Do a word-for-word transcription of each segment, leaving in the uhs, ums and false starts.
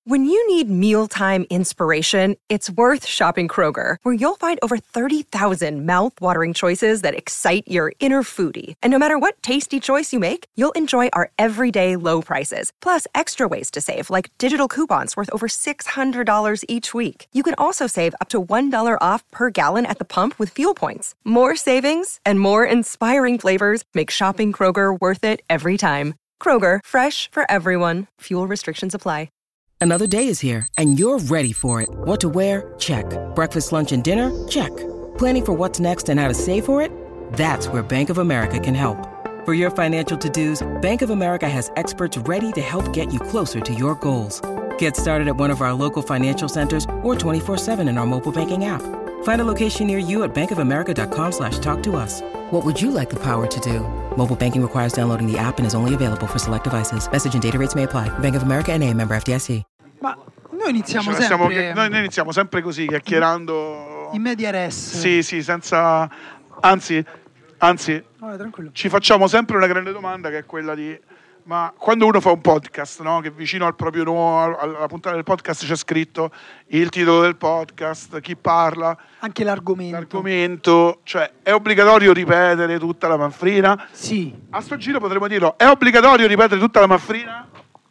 When you need mealtime inspiration, it's worth shopping Kroger, where you'll find over thirty thousand mouth-watering choices that excite your inner foodie. And no matter what tasty choice you make, you'll enjoy our everyday low prices, plus extra ways to save, like digital coupons worth over six hundred dollars each week. You can also save up to one dollar off per gallon at the pump with fuel points. More savings and more inspiring flavors make shopping Kroger worth it every time. Kroger, fresh for everyone. Fuel restrictions apply. Another day is here, and you're ready for it. What to wear? Check. Breakfast, lunch, and dinner? Check. Planning for what's next and how to save for it? That's where Bank of America can help. For your financial to-dos, Bank of America has experts ready to help get you closer to your goals. Get started at one of our local financial centers or twenty-four seven in our mobile banking app. Find a location near you at bankofamerica.com slash talk to us. What would you like the power to do? Mobile banking requires downloading the app and is only available for select devices. Message and data rates may apply. Bank of America N A, member F D I C. Ma noi iniziamo Cioè, sempre... stiamo- noi, noi iniziamo sempre così, chiacchierando. In media res. Sì, sì, senza... Anzi, anzi, Vabbè, tranquillo. ci facciamo sempre una grande domanda, che è quella di... Ma quando uno fa un podcast, no? Che vicino al proprio nome, alla puntata del podcast c'è scritto il titolo del podcast, chi parla, Anche l'argomento. l'argomento, cioè è obbligatorio ripetere tutta la manfrina? Sì. A sto giro potremmo dirlo, è obbligatorio ripetere tutta la manfrina?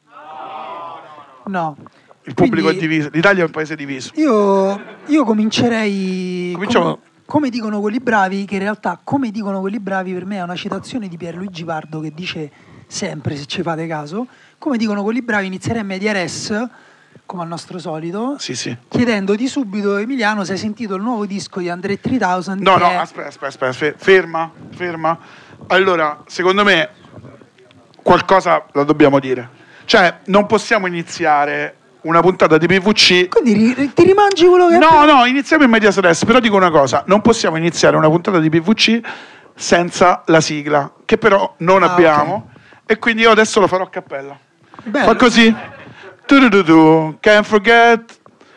No. Il pubblico Quindi è diviso, l'Italia è un paese diviso. Io, io comincerei... Cominciamo. Come, come dicono quelli bravi, che in realtà come dicono quelli bravi per me è una citazione di Pierluigi Pardo che dice sempre, se ci fate caso, come dicono quelli bravi inizierei a media res, come al nostro solito, Sì, sì. chiedendoti subito, Emiliano, se hai sentito il nuovo disco di André tremila? No, che no, è- aspetta, aspetta, aspetta, fe- ferma, ferma. Allora, secondo me qualcosa la dobbiamo dire. Cioè, non possiamo iniziare una puntata di P V C. Quindi ri- ti rimangi quello che... No, no, iniziamo in media res, però dico una cosa, non possiamo iniziare una puntata di P V C senza la sigla, che però non Ah, abbiamo, e quindi io adesso lo farò a cappella. Bello. Fa così. Tu-du-du-du. Can't forget,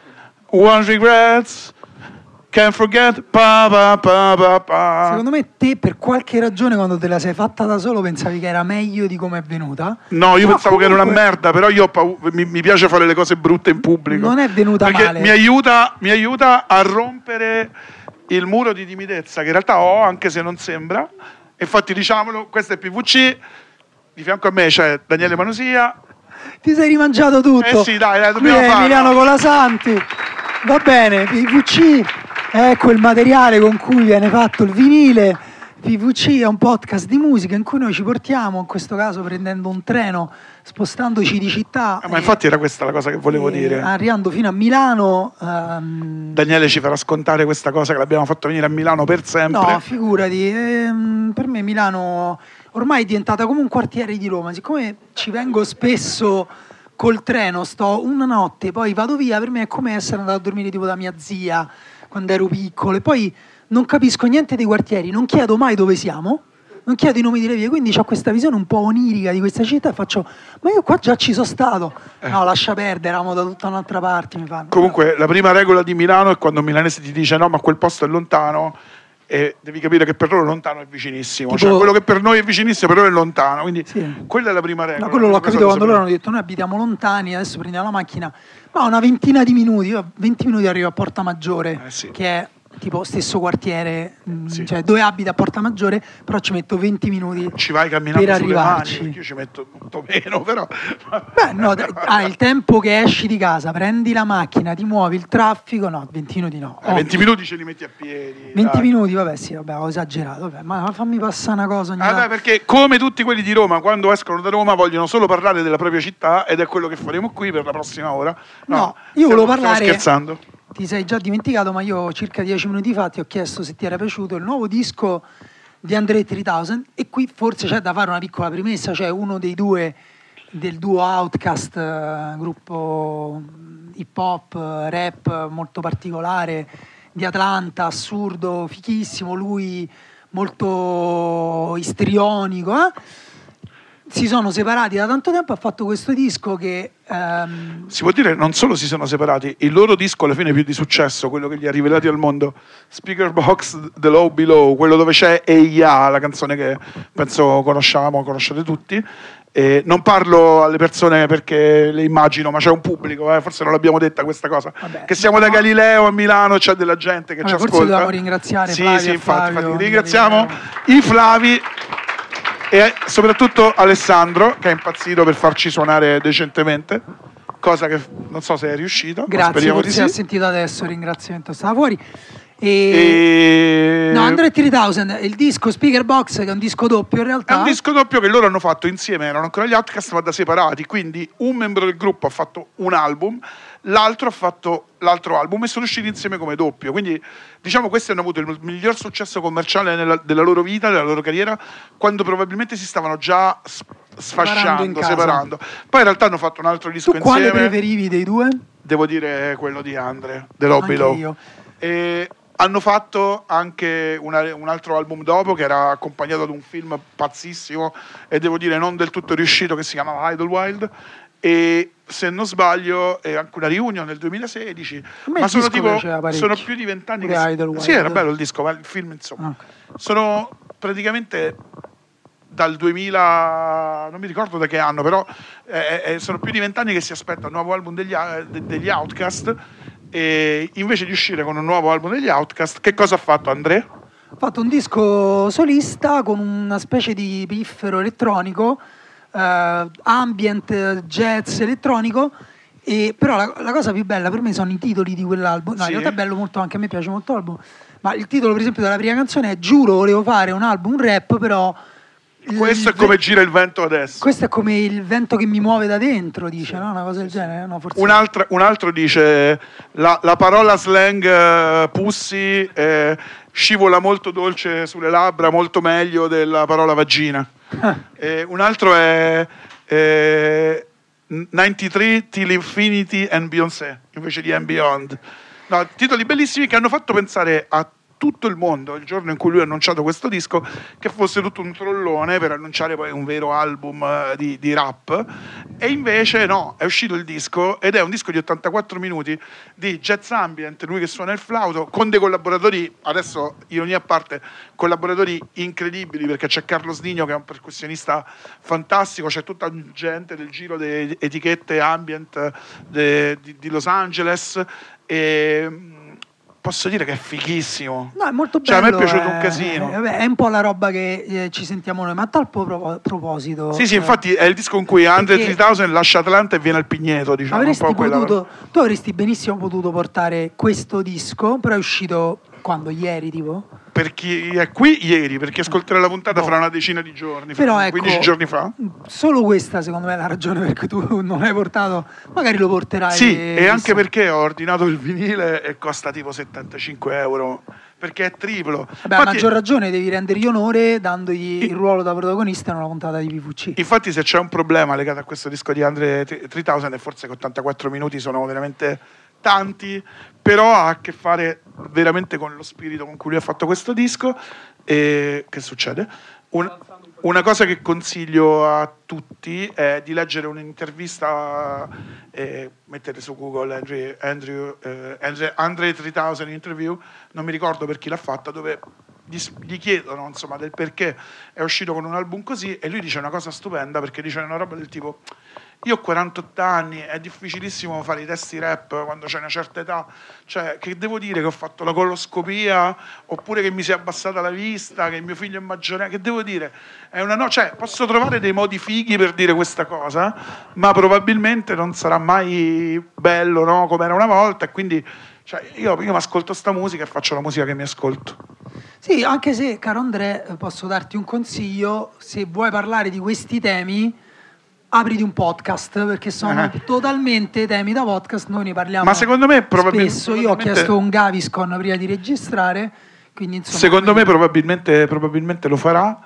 one regrets, can't forget, pa pa pa pa pa. Secondo me te per qualche ragione quando te la sei fatta da solo pensavi che era meglio di come è venuta. No, io No, pensavo che era una comunque merda, però io ho paura, mi, mi piace fare le cose brutte in pubblico. Non è venuta perché male. Mi aiuta, mi aiuta a rompere il muro di timidezza che in realtà ho, anche se non sembra. Infatti, diciamolo, questo è P V C. Di fianco a me c'è Daniele Manosia. Ti sei rimangiato tutto. Eh sì, dai, dai, Qui dobbiamo è farlo. Emiliano Colasanti. Va bene, P V C è quel materiale con cui viene fatto il vinile. P V C è un podcast di musica in cui noi ci portiamo, in questo caso prendendo un treno, spostandoci di città. Ah, ma e- infatti era questa la cosa che volevo e dire. Arrivando fino a Milano. ehm, Daniele ci farà scontare questa cosa che l'abbiamo fatto venire a Milano per sempre. No, figurati, ehm, per me Milano ormai è diventata come un quartiere di Roma, siccome ci vengo spesso col treno, sto una notte, poi vado via, per me è come essere andato a dormire tipo da mia zia quando ero piccolo, e poi non capisco niente dei quartieri, non chiedo mai dove siamo, non chiedo i nomi delle vie, quindi ho questa visione un po' onirica di questa città e faccio, ma io qua già ci sono stato. No, lascia perdere, eravamo da tutta un'altra parte, mi fanno. Comunque, la prima regola di Milano è quando un milanese ti dice no, ma quel posto è lontano, e devi capire che per loro lontano è vicinissimo. Tipo- Cioè, quello che per noi è vicinissimo, per loro è lontano. Quindi, Sì. quella è la prima regola. No, quello l'ho Questa capito lo quando loro sapevo. hanno detto noi abitiamo lontani, adesso prendiamo la macchina, ma una ventina di minuti, io venti minuti arrivo a Porta Maggiore, Eh sì. che è tipo stesso quartiere, mh, Sì. cioè dove abita a Porta Maggiore, però ci metto venti minuti Ci vai camminando per sulle mani, arrivarci. perché io ci metto molto meno, però... Beh, no, dai, ah, il tempo che esci di casa, prendi la macchina, ti muovi, il traffico, no, venti minuti no. Eh, venti minuti ce li metti a piedi. venti dai. minuti, vabbè sì, vabbè, ho esagerato, vabbè, ma fammi passare una cosa ogni Ah, dai, tanto. perché come tutti quelli di Roma, quando escono da Roma vogliono solo parlare della propria città, ed è quello che faremo qui per la prossima ora. No, io stiamo- volevo stiamo parlare... scherzando. Ti sei già dimenticato, ma io circa dieci minuti fa ti ho chiesto se ti era piaciuto il nuovo disco di André tremila, e qui forse c'è da fare una piccola premessa, cioè uno dei due del duo Outkast, eh, gruppo hip hop, eh, rap molto particolare di Atlanta, assurdo, fichissimo, lui molto istrionico, eh? Si sono separati da tanto tempo, ha fatto questo disco che ehm, Si può dire, non solo si sono separati, il loro disco alla fine più di successo, quello che li ha rivelati al mondo, Speaker Box The Low Below, quello dove c'è E I A, la canzone che penso conosciamo, conoscete tutti, Eh, non parlo alle persone perché le immagino, ma c'è un pubblico, eh, forse non l'abbiamo detta questa cosa. Vabbè, che siamo no. da Galileo a Milano, c'è della gente che Vabbè, ci forse ascolta. dobbiamo ringraziare sì, Flavio sì, e infatti, Flavio, infatti ringraziamo Galileo. i Flavi e soprattutto Alessandro che è impazzito per farci suonare decentemente, cosa che non so se è riuscito. Grazie, speriamo forse di ha sì. sentito adesso il ringraziamento, stava fuori. E... E... No, Andre tremila, il disco Speaker Box, che è un disco doppio in realtà. È un disco doppio che loro hanno fatto insieme, erano ancora gli Outcast ma da separati, quindi un membro del gruppo ha fatto un album, l'altro ha fatto l'altro album e sono usciti insieme come doppio, quindi diciamo questi hanno avuto il miglior successo commerciale nella, della loro vita, della loro carriera, quando probabilmente si stavano già sfasciando, separando. Poi in realtà hanno fatto un altro disco tu insieme. Quale preferivi dei due? Devo dire quello di Andre, The Lobby Anche Low. io. E hanno fatto anche una, un altro album dopo che era accompagnato ad un film pazzissimo e devo dire non del tutto riuscito, che si chiamava Idlewild, e se non sbaglio è anche una reunion nel duemilasedici, ma sono tipo sono più di vent'anni che si... sì, era bello il disco, ma il film insomma okay. Sono praticamente dal duemila, non mi ricordo da che anno, però eh, eh, sono più di vent'anni che si aspetta un nuovo album degli, degli Outcast. E invece di uscire con un nuovo album degli Outcast, che cosa ha fatto Andrea? Ha fatto un disco solista con una specie di piffero elettronico, eh, ambient, jazz elettronico, e però la, la cosa più bella per me sono i titoli di quell'album. No, sì. In realtà è bello molto, anche a me piace molto l'album, ma il titolo per esempio della prima canzone è Giuro volevo fare un album un rap, però questo è come gira il vento adesso. Questo è come il vento che mi muove da dentro, dice, no? Una cosa del genere. No, forse un, altro, un altro dice la, la parola slang uh, pussy eh, scivola molto dolce sulle labbra, molto meglio della parola vagina. E un altro è eh, novantatré Till Infinity and Beyoncé invece di And Beyond. No, titoli bellissimi che hanno fatto pensare a tutto il mondo il giorno in cui lui ha annunciato questo disco che fosse tutto un trollone per annunciare poi un vero album di, di rap, e invece no, è uscito il disco ed è un disco di ottantaquattro minuti di jazz ambient, lui che suona il flauto con dei collaboratori, adesso ironia a parte, collaboratori incredibili, perché c'è Carlo Snigno che è un percussionista fantastico, c'è tutta gente del giro delle etichette ambient de, di, di Los Angeles, e posso dire che è fighissimo. No, è molto bello. Cioè, a me è piaciuto è, un casino. È, è un po' la roba che eh, ci sentiamo noi, ma a tal pro- proposito. Sì, sì, eh, infatti è il disco in cui Andre tremila lascia Atlanta e viene al Pigneto, diciamo. Avresti un po' potuto, tu avresti benissimo potuto portare questo disco, però è uscito quando? Ieri, tipo? Per chi è qui ieri, perché ascolterà la puntata no. fra una decina di giorni, però fra ecco, quindici giorni fa. Solo questa secondo me è la ragione per cui tu non l'hai portato, magari lo porterai. Sì, e, e anche perché ho ordinato il vinile e costa tipo settantacinque euro, perché è triplo. Vabbè, infatti, a maggior ragione devi rendergli onore dandogli il ruolo da protagonista in una puntata di P V C. Infatti se c'è un problema legato a questo disco di Andre tremila è forse che ottantaquattro minuti sono veramente tanti, però ha a che fare veramente con lo spirito con cui lui ha fatto questo disco. E che succede? Un, una cosa che consiglio a tutti è di leggere un'intervista, eh, mettete su Google Andrew, Andrew, eh, Andre, Andre tremila interview, non mi ricordo per chi l'ha fatta, dove gli, gli chiedono insomma del perché è uscito con un album così, e lui dice una cosa stupenda, perché dice una roba del tipo: io ho quarantotto anni, è difficilissimo fare i testi rap quando c'è una certa età, cioè che devo dire, che ho fatto la coloscopia oppure che mi si è abbassata la vista, che mio figlio è maggiore, che devo dire, è una no, cioè posso trovare dei modi fighi per dire questa cosa, ma probabilmente non sarà mai bello, no, come era una volta, e quindi cioè, io, io mi ascolto sta musica e faccio la musica che mi ascolto. Sì, anche se, caro Andrea, posso darti un consiglio: se vuoi parlare di questi temi, apriti un podcast, perché sono uh-huh. totalmente temi da podcast, noi ne parliamo. Ma secondo me probabilmente spesso. Io ho chiesto un Gaviscon prima di registrare, quindi insomma, secondo quindi... me probabilmente, probabilmente lo farà,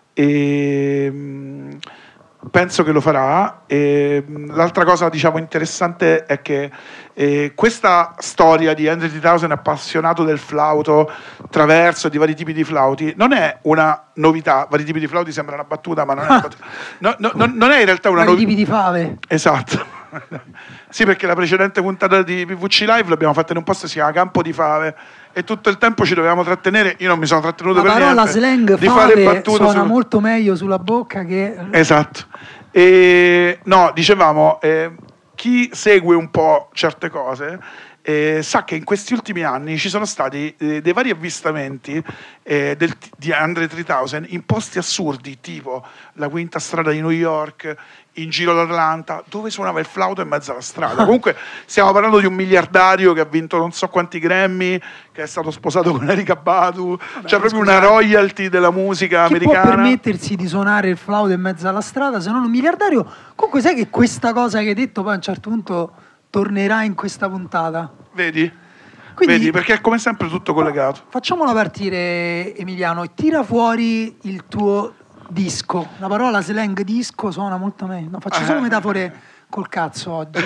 e penso che lo farà. E l'altra cosa, diciamo, interessante è che eh, questa storia di Andre tremila appassionato del flauto traverso, di vari tipi di flauti, non è una novità. Vari tipi di flauti sembra una battuta, ma non è una battuta. No, no, no, non è in realtà una novità. Vari tipi di fave. Esatto. Sì, perché la precedente puntata di P V C Live l'abbiamo fatta in un posto che si chiama Campo di Fave, e tutto il tempo ci dovevamo trattenere, io non mi sono trattenuto la per niente, parola slang di fave fare battute suona su... molto meglio sulla bocca che... Esatto. E, no, dicevamo, eh, chi segue un po' certe cose eh, sa che in questi ultimi anni ci sono stati eh, dei vari avvistamenti eh, del, di Andre tremila in posti assurdi, tipo la Quinta Strada di New York, in giro d'Atlanta, dove suonava il flauto in mezzo alla strada. Comunque stiamo parlando di un miliardario che ha vinto non so quanti Grammy, che è stato sposato con Erykah Badu. Vabbè, c'è proprio scusate, una royalty della musica chi americana. Chi può permettersi di suonare il flauto in mezzo alla strada se non un miliardario? Comunque sai che questa cosa che hai detto poi a un certo punto tornerà in questa puntata? Vedi? Quindi, Vedi, perché è come sempre tutto collegato. Facciamola partire, Emiliano, e tira fuori il tuo disco. La parola slang disco suona molto meglio. No, faccio solo metafore col cazzo oggi.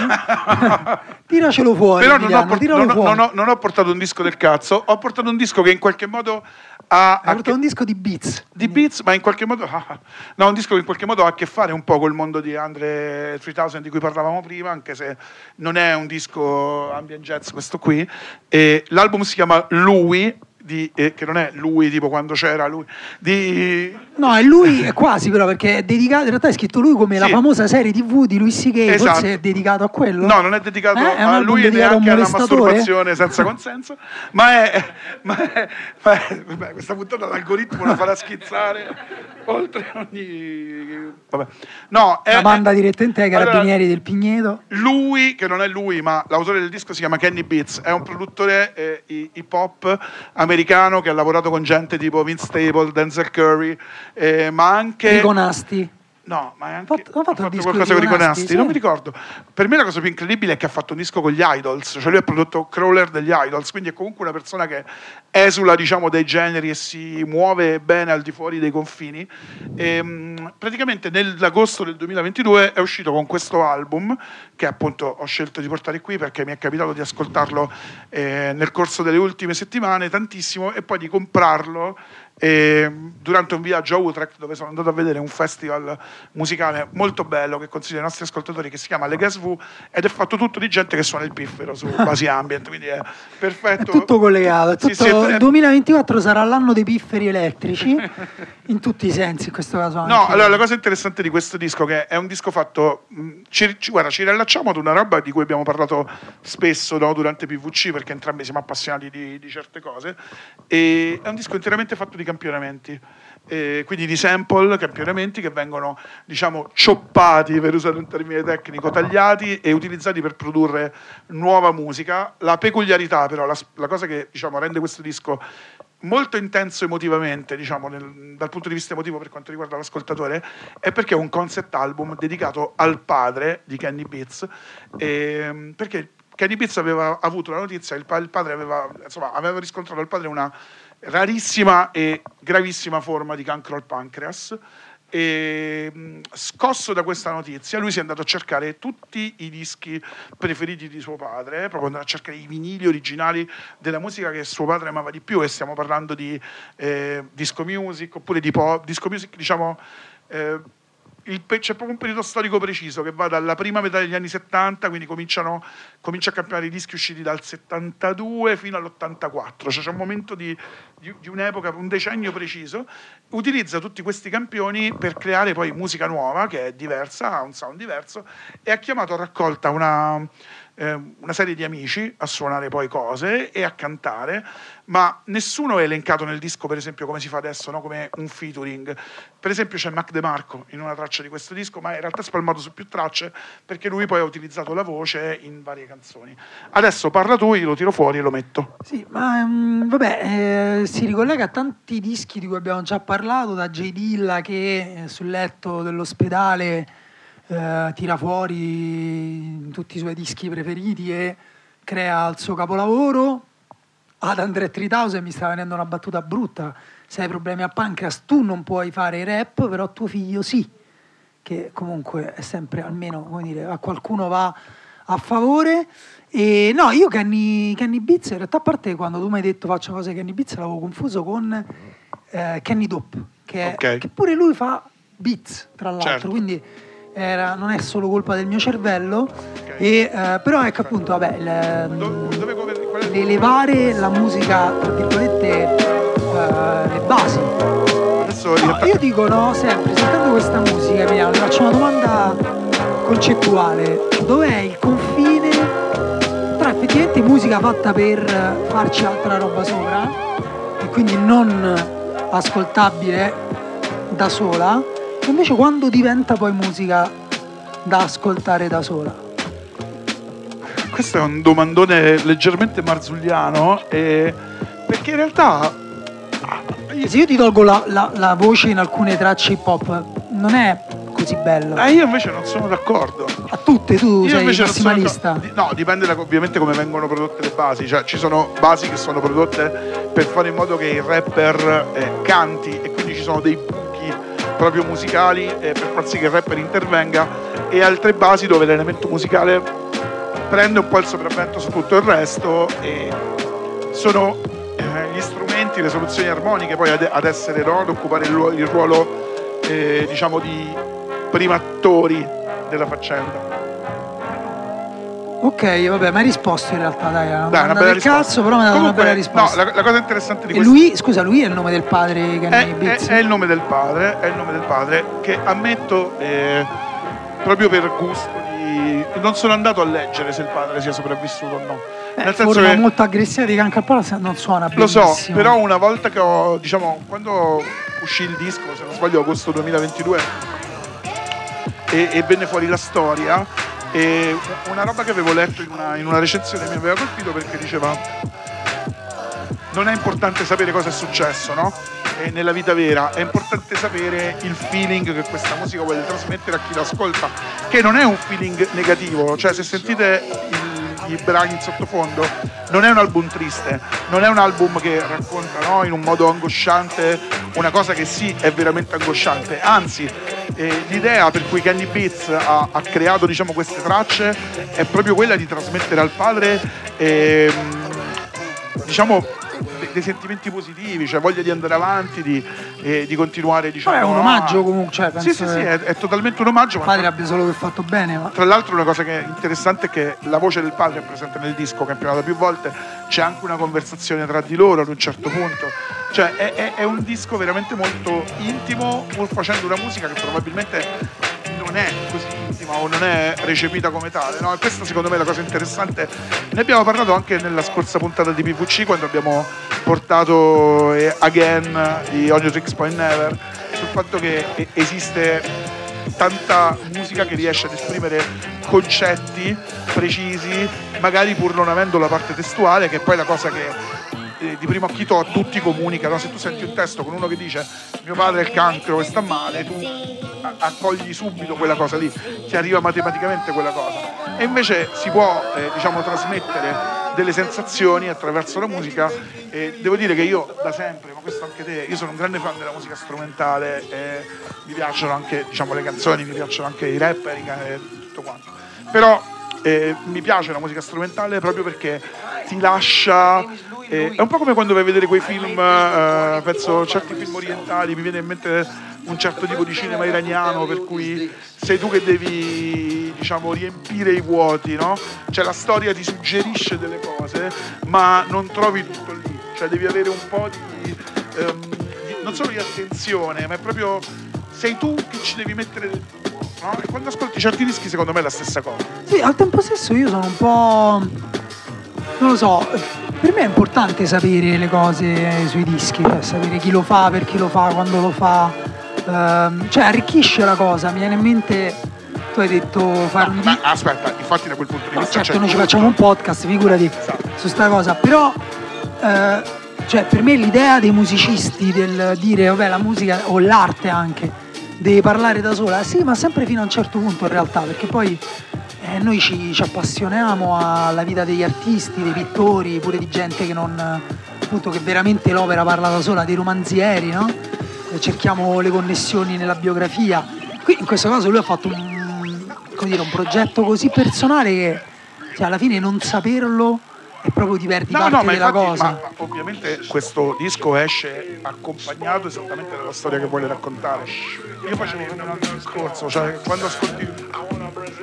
Tiracelo fuori. Però Emiliano, non, ho port- non, ho, non, ho, non ho portato un disco del cazzo, ho portato un disco che in qualche modo ha. Hai portato che... un disco di beats. Di beats, ma in qualche modo. No, un disco che in qualche modo ha a che fare un po' col mondo di Andre tremila di cui parlavamo prima, anche se non è un disco ambient jazz questo qui. E l'album si chiama Lui. Di, eh, che non è lui tipo quando c'era lui di... no è lui è quasi però perché è dedicato in realtà è scritto lui come sì. La famosa serie tv di Louis C K. Esatto. Forse è dedicato a quello, no non è dedicato eh? è a lui e neanche alla masturbazione senza consenso ma è, ma è, ma è vabbè, questa puntata l'algoritmo la farà schizzare oltre ogni vabbè. No, è, la banda direttamente ai carabinieri allora, del Pigneto. Lui, che non è lui ma l'autore del disco si chiama Kenny Beats, è un produttore eh, hip hop americano che ha lavorato con gente tipo Vince Staples, Denzel Curry, eh, ma anche Rico Nasti. No, ma è anche fatto, ha fatto, ha fatto qualcosa con Rico Nasti, sì. Non mi ricordo. Per me la cosa più incredibile è che ha fatto un disco con gli Idols, cioè lui ha prodotto Crawler degli Idols, quindi è comunque una persona che esula, diciamo, dai generi e si muove bene al di fuori dei confini. E, praticamente nell'agosto del duemilaventidue è uscito con questo album che appunto ho scelto di portare qui perché mi è capitato di ascoltarlo eh, nel corso delle ultime settimane tantissimo e poi di comprarlo E durante un viaggio a Utrecht dove sono andato a vedere un festival musicale molto bello che consiglio ai nostri ascoltatori che si chiama Le Gas V ed è fatto tutto di gente che suona il piffero su basi ambient, quindi è perfetto, è tutto collegato, è tutto, sì, sì, è... il duemilaventiquattro sarà l'anno dei pifferi elettrici in tutti i sensi in questo caso anche. No, allora la cosa interessante di questo disco che è un disco fatto ci, ci, guarda, ci riallacciamo ad una roba di cui abbiamo parlato spesso, no, durante P V C perché entrambi siamo appassionati di, di certe cose e è un disco interamente fatto di campionamenti, eh, quindi di sample, campionamenti che vengono diciamo cioppati, per usare un termine tecnico, tagliati e utilizzati per produrre nuova musica. La peculiarità però, la, la cosa che diciamo rende questo disco molto intenso emotivamente, diciamo nel, dal punto di vista emotivo per quanto riguarda l'ascoltatore, è perché è un concept album dedicato al padre di Kenny Beats, eh, perché Kenny Beats aveva avuto la notizia, il, il padre aveva, insomma, aveva riscontrato al padre una rarissima e gravissima forma di cancro al pancreas e scosso da questa notizia lui si è andato a cercare tutti i dischi preferiti di suo padre, proprio andare a cercare i vinili originali della musica che suo padre amava di più e stiamo parlando di eh, disco music oppure di pop, disco music diciamo eh, Il, c'è proprio un periodo storico preciso che va dalla prima metà degli anni settanta, quindi cominciano, comincia a campionare i dischi usciti dal settantadue fino all'ottantaquattro, cioè c'è un momento di, di, di un'epoca, un decennio preciso. Utilizza tutti questi campioni per creare poi musica nuova che è diversa, ha un sound diverso e ha chiamato a raccolta una, eh, una serie di amici a suonare poi cose e a cantare, ma nessuno è elencato nel disco per esempio come si fa adesso, no? Come un featuring. Per esempio c'è Mac DeMarco in una traccia di questo disco, ma in realtà è spalmato su più tracce perché lui poi ha utilizzato la voce in varie canzoni. Adesso parla tu, io lo tiro fuori e lo metto. Sì, ma um, vabbè, eh, si ricollega a tanti dischi di cui abbiamo già parlato, da J Dilla che eh, sul letto dell'ospedale eh, tira fuori tutti i suoi dischi preferiti e crea il suo capolavoro, ad Andre tremila mi sta venendo una battuta brutta: se hai problemi a pancreas tu non puoi fare rap, però tuo figlio sì, che comunque è sempre almeno, come dire, a qualcuno va a favore. E no, io Kenny, Kenny Beats in realtà, a parte quando tu mi hai detto faccio cose Kenny Beats, l'avevo confuso con eh, Kenny Dope che, okay. che pure lui fa beats tra l'altro, certo. Quindi era, non è solo colpa del mio cervello, okay. e, eh, però ecco appunto vabbè le, dove, dove, dove, l'elevare la musica tra virgolette uh, le basi adesso... No, io dico no, sempre, sentendo questa musica, Emiliano, ti faccio una domanda concettuale. Dov'è il confine tra effettivamente musica fatta per farci altra roba sopra e quindi non ascoltabile da sola, e invece quando diventa poi musica da ascoltare da sola? Questo è un domandone leggermente marzulliano, eh, perché in realtà... Se io ti tolgo la, la, la voce in alcune tracce hip hop, non è così bella. Eh, io invece non sono d'accordo. A tutte tu Io sei invece non sono massimalista. d'accordo. No, dipende da, ovviamente come vengono prodotte le basi. Cioè, ci sono basi che sono prodotte per fare in modo che il rapper eh, canti, e quindi ci sono dei buchi proprio musicali eh, per far sì che il rapper intervenga, e altre basi dove l'elemento musicale prende un po' il sopravvento su tutto il resto, e sono eh, gli strumenti, le soluzioni armoniche poi ad, ad essere, no, ad occupare il, ruolo, il ruolo eh, diciamo di prima attori della faccenda. Ok, vabbè, ma hai risposto in realtà, dai, una Dai, una bella del risposta. cazzo, però mi ha dato Comunque, una bella risposta. No, la, la cosa interessante di E questo... lui, scusa, lui è il nome del padre che È, nei è, Beats? è il nome del padre, è il nome del padre, che ammetto, eh, proprio per gusto di... Non sono andato a leggere se il padre sia sopravvissuto o no. Eh, Nel senso forma che... molto aggressiva di Canca Pala non suona Lo benissimo. so, però una volta che ho, diciamo, quando uscì il disco, se non sbaglio agosto duemilaventidue, e, e venne fuori la storia, e una roba che avevo letto in una, in una recensione mi aveva colpito, perché diceva: non è importante sapere cosa è successo, no? E nella vita vera è importante sapere il feeling che questa musica vuole trasmettere a chi l'ascolta, che non è un feeling negativo. Cioè, se sentite il, i brani in sottofondo, non è un album triste, non è un album che racconta, no, in un modo angosciante una cosa che sì è veramente angosciante, anzi eh, l'idea per cui Kenny Beats ha, ha creato, diciamo, queste tracce è proprio quella di trasmettere al padre eh, diciamo dei sentimenti positivi, cioè voglia di andare avanti, di, eh, di continuare, diciamo. È un omaggio comunque, cioè, penso sì sì sì, è, è totalmente un omaggio. Il padre abbia solo che fatto bene, ma... Tra l'altro una cosa che è interessante è che la voce del padre è presente nel disco, campionato più volte, c'è anche una conversazione tra di loro ad un certo punto, cioè è, è, è un disco veramente molto intimo, pur facendo una musica che probabilmente non è così intima o non è recepita come tale, no? E questa secondo me è la cosa interessante. Ne abbiamo parlato anche nella scorsa puntata di P V C, quando abbiamo portato eh, Again di Audio Tricks Point Never, sul fatto che eh, esiste tanta musica che riesce ad esprimere concetti precisi, magari pur non avendo la parte testuale, che è poi la cosa che eh, di primo acchito a tutti comunica, no? Se tu senti un testo con uno che dice mio padre ha il cancro e sta male, tu accogli subito quella cosa lì, ti arriva matematicamente quella cosa, e invece si può eh, diciamo trasmettere delle sensazioni attraverso la musica. E devo dire che io da sempre, ma questo anche te, io sono un grande fan della musica strumentale, e mi piacciono anche, diciamo, le canzoni, mi piacciono anche i rapper e tutto quanto, però eh, mi piace la musica strumentale proprio perché ti lascia eh, è un po' come quando vai a vedere quei film, eh, penso certi film orientali, mi viene in mente un certo tipo di cinema iraniano, per cui sei tu che devi, diciamo, riempire i vuoti, no? Cioè la storia ti suggerisce delle cose, ma non trovi tutto lì, cioè devi avere un po' di, ehm, di non solo di attenzione, ma è proprio sei tu che ci devi mettere del tuo, no? E quando ascolti certi dischi secondo me è la stessa cosa. Sì, al tempo stesso io sono un po'... non lo so, per me è importante sapere le cose sui dischi, cioè sapere chi lo fa, per chi lo fa, quando lo fa. Uh, cioè arricchisce la cosa, mi viene in mente, tu hai detto fare no, un ma aspetta, infatti da quel punto di no, vista certo noi ci facciamo un podcast, figurati, esatto, su sta cosa, però uh, cioè per me l'idea dei musicisti del dire vabbè la musica o l'arte anche deve parlare da sola, sì, ma sempre fino a un certo punto in realtà, perché poi eh, noi ci, ci appassioniamo alla vita degli artisti, dei pittori, pure di gente che non, appunto, che veramente l'opera parla da sola, dei romanzieri, no? Cerchiamo le connessioni nella biografia. Qui in questo caso lui ha fatto un, come dire, un progetto così personale che, cioè, alla fine non saperlo è proprio ti perdi no, parte no, ma della infatti, cosa. Ma, ma ovviamente questo disco esce accompagnato esattamente dalla storia che vuole raccontare. Io facevo un altro discorso, cioè quando ascolti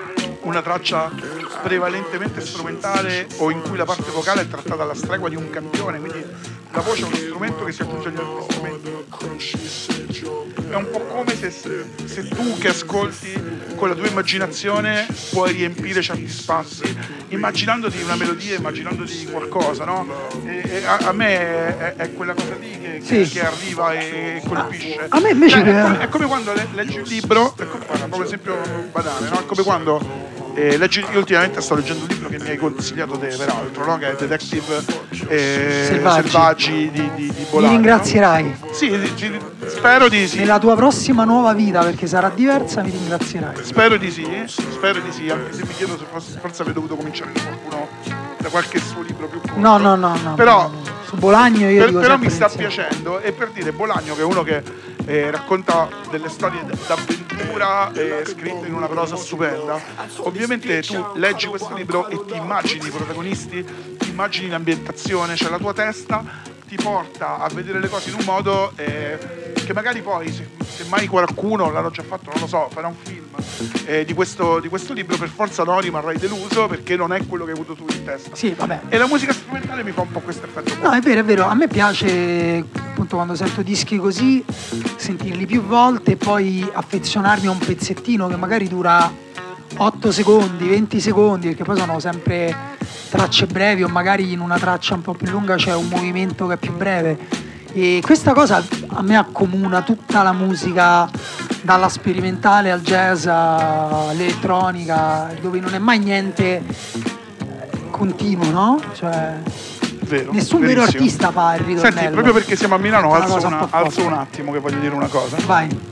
una traccia prevalentemente strumentale o in cui la parte vocale è trattata alla stregua di un campione, quindi la voce è uno strumento che si aggiunge agli altri strumenti. È un po' come se, se tu che ascolti con la tua immaginazione puoi riempire certi spazi immaginandoti una melodia, immaginandoti qualcosa, no? E, e a, a me è, è quella cosa lì che, sì. che, che arriva e colpisce. A me invece cioè, è, come, è come quando leggi un libro, è come, guarda, proprio esempio banale, no? È come quando Eh, leggi, io ultimamente sto leggendo un libro che mi hai consigliato te, peraltro, no? Che è Detective eh, Selvaggi, Selvaggi di, di, di Bologna. Mi ringrazierai. No? Sì, di, di, spero di sì. Nella tua prossima nuova vita, perché sarà diversa, mi ringrazierai. Spero di sì, spero di sì, anche se mi chiedo se forse, forse avrei dovuto cominciare da qualcuno, da qualche suo libro più corto. No, no, no, no. Però, su Bolagno io per, dico però mi sta insieme. piacendo, e per dire Bolagno, che è uno che eh, racconta delle storie d'avventura eh, scritte in una prosa stupenda. Ovviamente tu leggi questo libro e ti immagini i protagonisti, ti immagini l'ambientazione, cioè la tua testa ti porta a vedere le cose in un modo eh, che magari poi, se, se mai qualcuno l'hanno già fatto, non lo so, farà un film eh, di, questo, di questo libro, per forza no, rimarrai deluso perché non è quello che hai avuto tu in testa. Sì, vabbè. E la musica strumentale mi fa un po' questo effetto qua. No, è vero, è vero. A me piace, appunto, quando sento dischi così, sentirli più volte e poi affezionarmi a un pezzettino che magari dura otto secondi, venti secondi, perché poi sono sempre tracce brevi, o magari in una traccia un po' più lunga c'è un movimento che è più breve. E questa cosa a me accomuna tutta la musica, dalla sperimentale al jazz all'elettronica, dove non è mai niente continuo, no? Cioè, vero, nessun verissimo. vero artista fa il ritornello. Senti, proprio perché siamo a Milano, Una alzo, cosa una, un po' alzo forte. un attimo che voglio dire una cosa. Vai.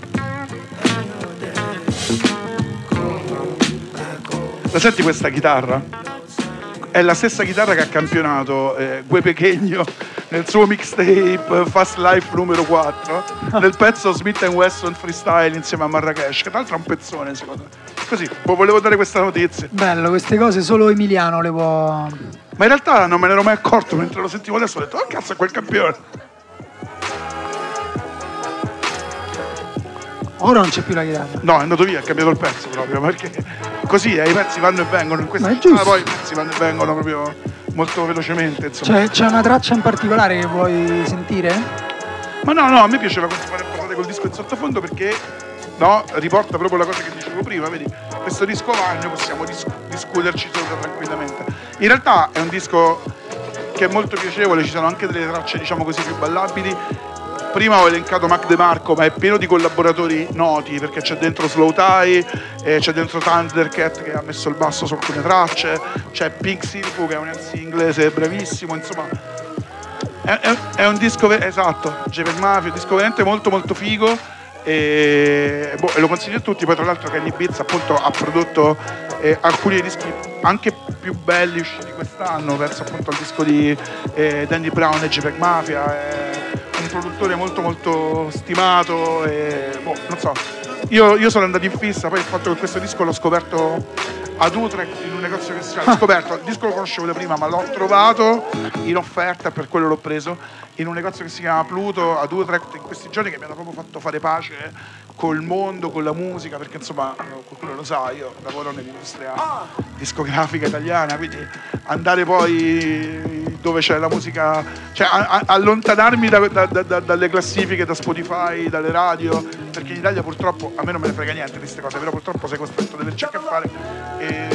La senti questa chitarra? È la stessa chitarra che ha campionato eh, Gue Pequeno nel suo mixtape Fast Life numero quattro, nel pezzo Smith and Wesson Freestyle insieme a Marrakesh, che tra l'altro è un pezzone secondo me. Così, volevo dare questa notizia. Bello, queste cose solo Emiliano le può... Ma in realtà non me ne ero mai accorto, mentre lo sentivo adesso ho detto, oh cazzo, è quel campione. Ora non c'è più la chitarra. No, è andato via, ha cambiato il pezzo proprio, perché così eh, i pezzi vanno e vengono in questa Ma è giusto. poi i pezzi vanno e vengono proprio molto velocemente, insomma. C'è, c'è una traccia in particolare che vuoi sentire? Ma no, no, a me piaceva continuare a parlare col disco in sottofondo perché, no, riporta proprio la cosa che dicevo prima, vedi, questo disco va e noi possiamo dis- discuterci sopra tranquillamente. In realtà è un disco che è molto piacevole, ci sono anche delle tracce, diciamo così, più ballabili. Prima ho elencato Mac DeMarco, ma è pieno di collaboratori noti, perché c'è dentro Slow Tie, eh, c'è dentro Thundercat che ha messo il basso su alcune tracce, c'è Pink Silfu che è un M C inglese bravissimo, insomma è, è, è un disco, ve- esatto, JPEG Mafia, un disco veramente molto molto figo e, boh, e lo consiglio a tutti. Poi tra l'altro Kenny Beats appunto ha prodotto eh, alcuni dischi anche più belli usciti quest'anno, penso appunto al disco di eh, Danny Brown e JPEG Mafia, è un produttore molto molto stimato e boh, non so, io, io sono andato in fissa, poi il fatto che questo disco l'ho scoperto ad Utrecht in un negozio che si chiama, scoperto, il disco lo conoscevo da prima ma l'ho trovato in offerta e per quello l'ho preso in un negozio che si chiama Pluto ad Utrecht in questi giorni, che mi hanno proprio fatto fare pace col mondo, con la musica, perché insomma qualcuno lo sa, io lavoro nell'industria discografica italiana, quindi andare poi dove c'è la musica, cioè a, a, allontanarmi da, da, da, dalle classifiche, da Spotify, dalle radio, perché in Italia purtroppo, a me non me ne frega niente di queste cose, però purtroppo sei costretto ad averci a che fare. E,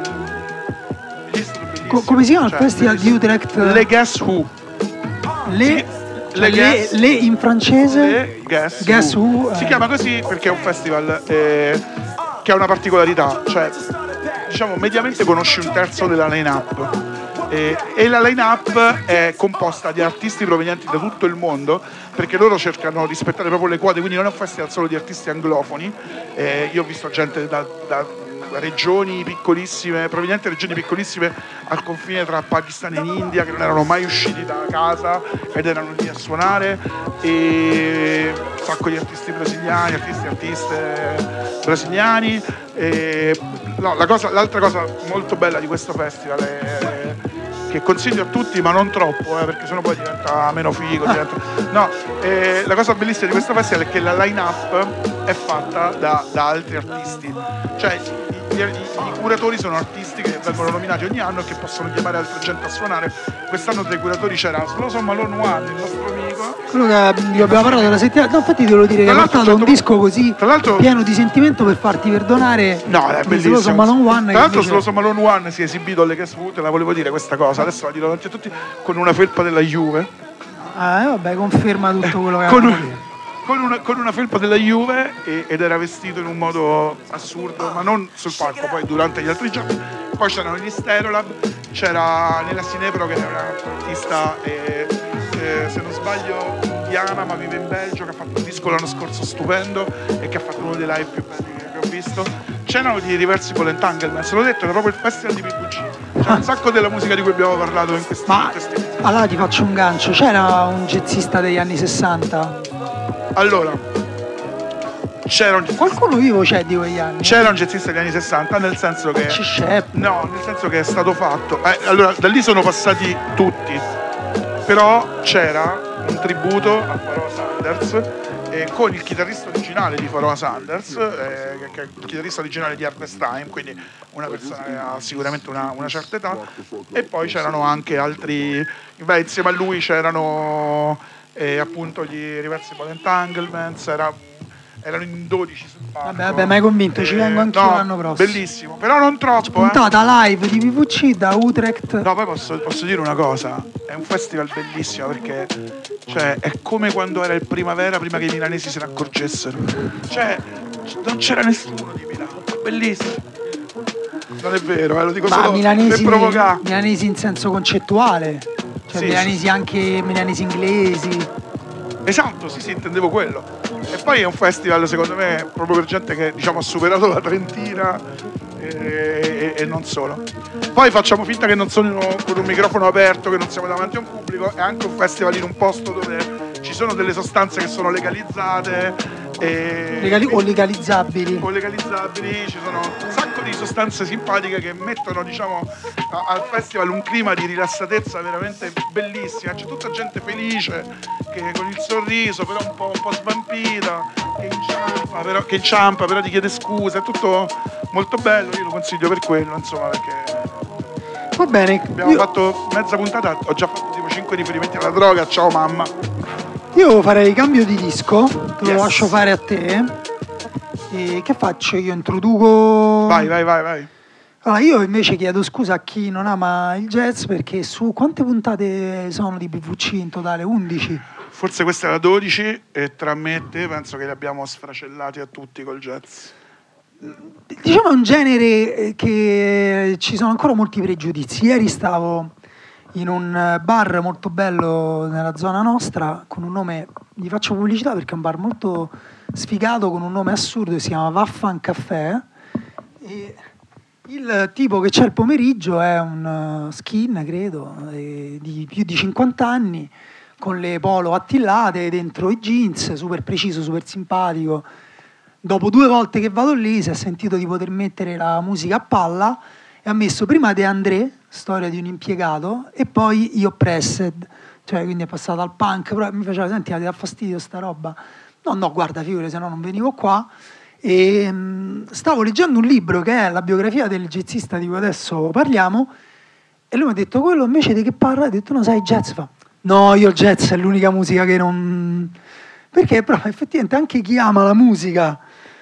Co- come si chiama cioè, il festival di Utrecht? Le Guess Who. Le, Sì, le, le, guess, le in francese? Le Guess, Guess Who. Who, eh. Si chiama così perché è un festival eh, che ha una particolarità, cioè diciamo mediamente conosci un terzo della line-up eh, e la line-up è composta di artisti provenienti da tutto il mondo, perché loro cercano di rispettare proprio le quote, quindi non è un festival solo di artisti anglofoni. Eh, io ho visto gente da, da regioni piccolissime, provenienti da regioni piccolissime al confine tra Pakistan e India, che non erano mai usciti da casa ed erano lì a suonare, e un sacco di artisti brasiliani, artisti e artiste brasiliani. E, no, la cosa, l'altra cosa molto bella di questo festival è che consiglio a tutti, ma non troppo, eh, perché sennò poi diventa meno figo. Diventa... No, eh, la cosa bellissima di questo festival è che la line-up è fatta da, da altri artisti, cioè gli, i curatori sono artisti che vengono nominati ogni anno e che possono chiamare altra gente a suonare. Quest'anno tra i curatori c'era Sloso Malone One, il nostro amico. Quello che vi abbiamo parlato la settimana. No, infatti devo dire che ha portato un certo, disco così pieno di sentimento per farti perdonare. No, è bellissimo. Sloso Malone One. Tra l'altro invece... Sloso Malone One si è esibito alle Guess Te la volevo dire questa cosa, adesso la dirò davanti a tutti, con una felpa della Juve. Ah, eh, vabbè, conferma tutto quello che con, ha un, con, una, con una felpa della Juve e, ed era vestito in un modo assurdo, ma non sul palco, poi durante gli altri giorni. Poi c'erano gli Stereolab, c'era Nella Sinepro che è un'artista, eh, eh, se non sbaglio, indiana, ma vive in Belgio, che ha fatto un disco l'anno scorso stupendo e che ha fatto uno dei live più belli che ho visto. C'erano di Irreversible Entanglement, se l'ho detto, era proprio il festival di P V C. C'è un sacco della musica di cui abbiamo parlato in questi, ma in questi mesi. Allora ti faccio un gancio, c'era un jazzista degli anni sessanta? Allora, c'era un qualcuno vivo c'è di quegli anni? C'era un jazzista degli anni sessanta, nel senso che c'è no, nel senso che è stato fatto. Eh, allora, da lì sono passati tutti. Però c'era un tributo a Pharoah Sanders eh, con il chitarrista originale di Pharoah Sanders, eh, che, che è il chitarrista originale di Harvest Time, quindi una persona che ha sicuramente una, una certa età. E poi c'erano anche altri, beh, insieme a lui c'erano eh, appunto gli Irreversible Entanglements, era, erano in dodici sul palco. Vabbè, vabbè, mi hai convinto, eh, ci vengo anch'io no, l'anno prossimo. Bellissimo, però non troppo. Puntata eh. live di P V C da Utrecht. No, poi posso, posso dire una cosa, è un festival bellissimo perché cioè, è come quando era il Primavera prima che i milanesi se ne accorgessero. Cioè, non c'era nessuno di Milano, bellissimo. Non è vero, eh, lo dico ma solo milanesi, per provocare. Milanesi in senso concettuale, cioè sì, milanesi sì. Anche milanesi inglesi. Esatto, sì, sì, intendevo quello. E poi è un festival, secondo me, proprio per gente che diciamo ha superato la trentina e, e, e non solo. Poi facciamo finta che non sono con un microfono aperto, che non siamo davanti a un pubblico. È anche un festival in un posto dove ci sono delle sostanze che sono legalizzate. E Legali- o legalizzabili. O legalizzabili, ci sono un sacco di sostanze simpatiche che mettono, diciamo, a- al festival un clima di rilassatezza veramente bellissima. C'è tutta gente felice, che con il sorriso, però un po', un po' svampita, che inciampa, però, che inciampa, però ti chiede scusa, è tutto molto bello, io lo consiglio per quello, insomma, perché va bene. Abbiamo io... fatto mezza puntata, ho già fatto tipo cinque riferimenti alla droga, ciao mamma. Io farei cambio di disco, te Yes. lo lascio fare a te. E che faccio? Io introduco... Vai, vai, vai, vai. Allora, io invece chiedo scusa a chi non ama il jazz, perché su quante puntate sono di P V C in totale? undici? Forse questa è la dodici e tra me e te penso che li abbiamo sfracellati a tutti col jazz. Diciamo è un genere che ci sono ancora molti pregiudizi. Ieri stavo in un bar molto bello nella zona nostra con un nome, gli faccio pubblicità perché è un bar molto sfigato con un nome assurdo, si chiama Vaffan Caffè, e il tipo che c'è il pomeriggio è un skin, credo, di più di cinquanta anni, con le polo attillate, dentro i jeans, super preciso, super simpatico. Dopo due volte che vado lì si è sentito di poter mettere la musica a palla e ha messo prima De André, storia di un impiegato, e poi Io Pressed, cioè quindi è passato al punk, però mi faceva, senti, ti dà fastidio sta roba? No, no, guarda, figure, se no non venivo qua. E mh, stavo leggendo un libro che è la biografia del jazzista di cui adesso parliamo, e lui mi ha detto, quello invece di che parla? Ha detto, no, sai, jazz fa. No, io il jazz è l'unica musica che non... Perché però effettivamente anche chi ama la musica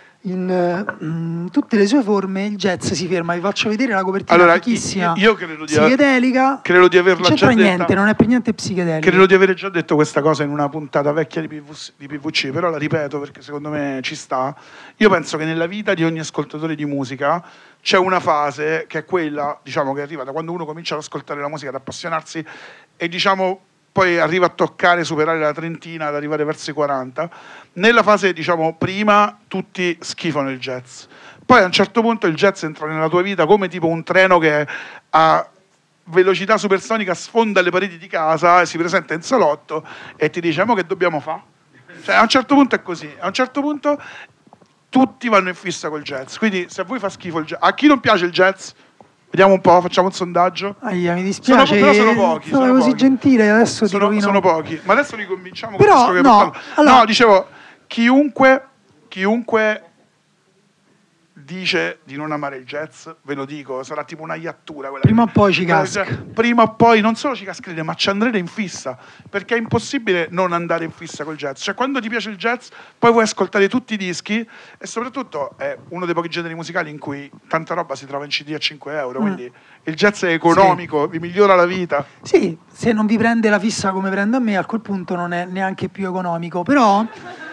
in uh, tutte le sue forme, il jazz si ferma. Vi faccio vedere la copertina, allora, fichissima, io credo di psichedelica, credo di averla non c'entra già niente, detta. non è per niente psichedelica. Credo di avere già detto questa cosa in una puntata vecchia di P V C, di P V C, però la ripeto perché secondo me ci sta. Io penso che nella vita di ogni ascoltatore di musica c'è una fase che è quella, diciamo, che arriva da quando uno comincia ad ascoltare la musica, ad appassionarsi e diciamo poi arriva a toccare, superare la trentina, ad arrivare verso i quaranta. Nella fase, diciamo, prima tutti schifano il jazz. Poi a un certo punto il jazz entra nella tua vita come tipo un treno che a velocità supersonica sfonda le pareti di casa, si presenta in salotto e ti diciamo che dobbiamo fare. Cioè a un certo punto è così, a un certo punto tutti vanno in fissa col jazz. Quindi se a voi fa schifo il jazz, a chi non piace il jazz, vediamo un po', facciamo un sondaggio. Aia, mi dispiace, sono, però sono pochi. sono sono così pochi. gentile, adesso sono, ti rovino. sono pochi, ma adesso li convinciamo. Però, con questo che no, portano. allora... no, dicevo, chiunque, chiunque dice di non amare il jazz, ve lo dico, sarà tipo una iattura quella prima o che, poi ci casca. Prima o poi non solo ci cascherete, ma ci andrete in fissa, perché è impossibile non andare in fissa col jazz. Cioè, quando ti piace il jazz, poi vuoi ascoltare tutti i dischi, e soprattutto è uno dei pochi generi musicali in cui tanta roba si trova in C D a cinque euro, mm. quindi il jazz è economico, sì. vi migliora la vita. Sì, se non vi prende la fissa come prende a me, a quel punto non è neanche più economico, però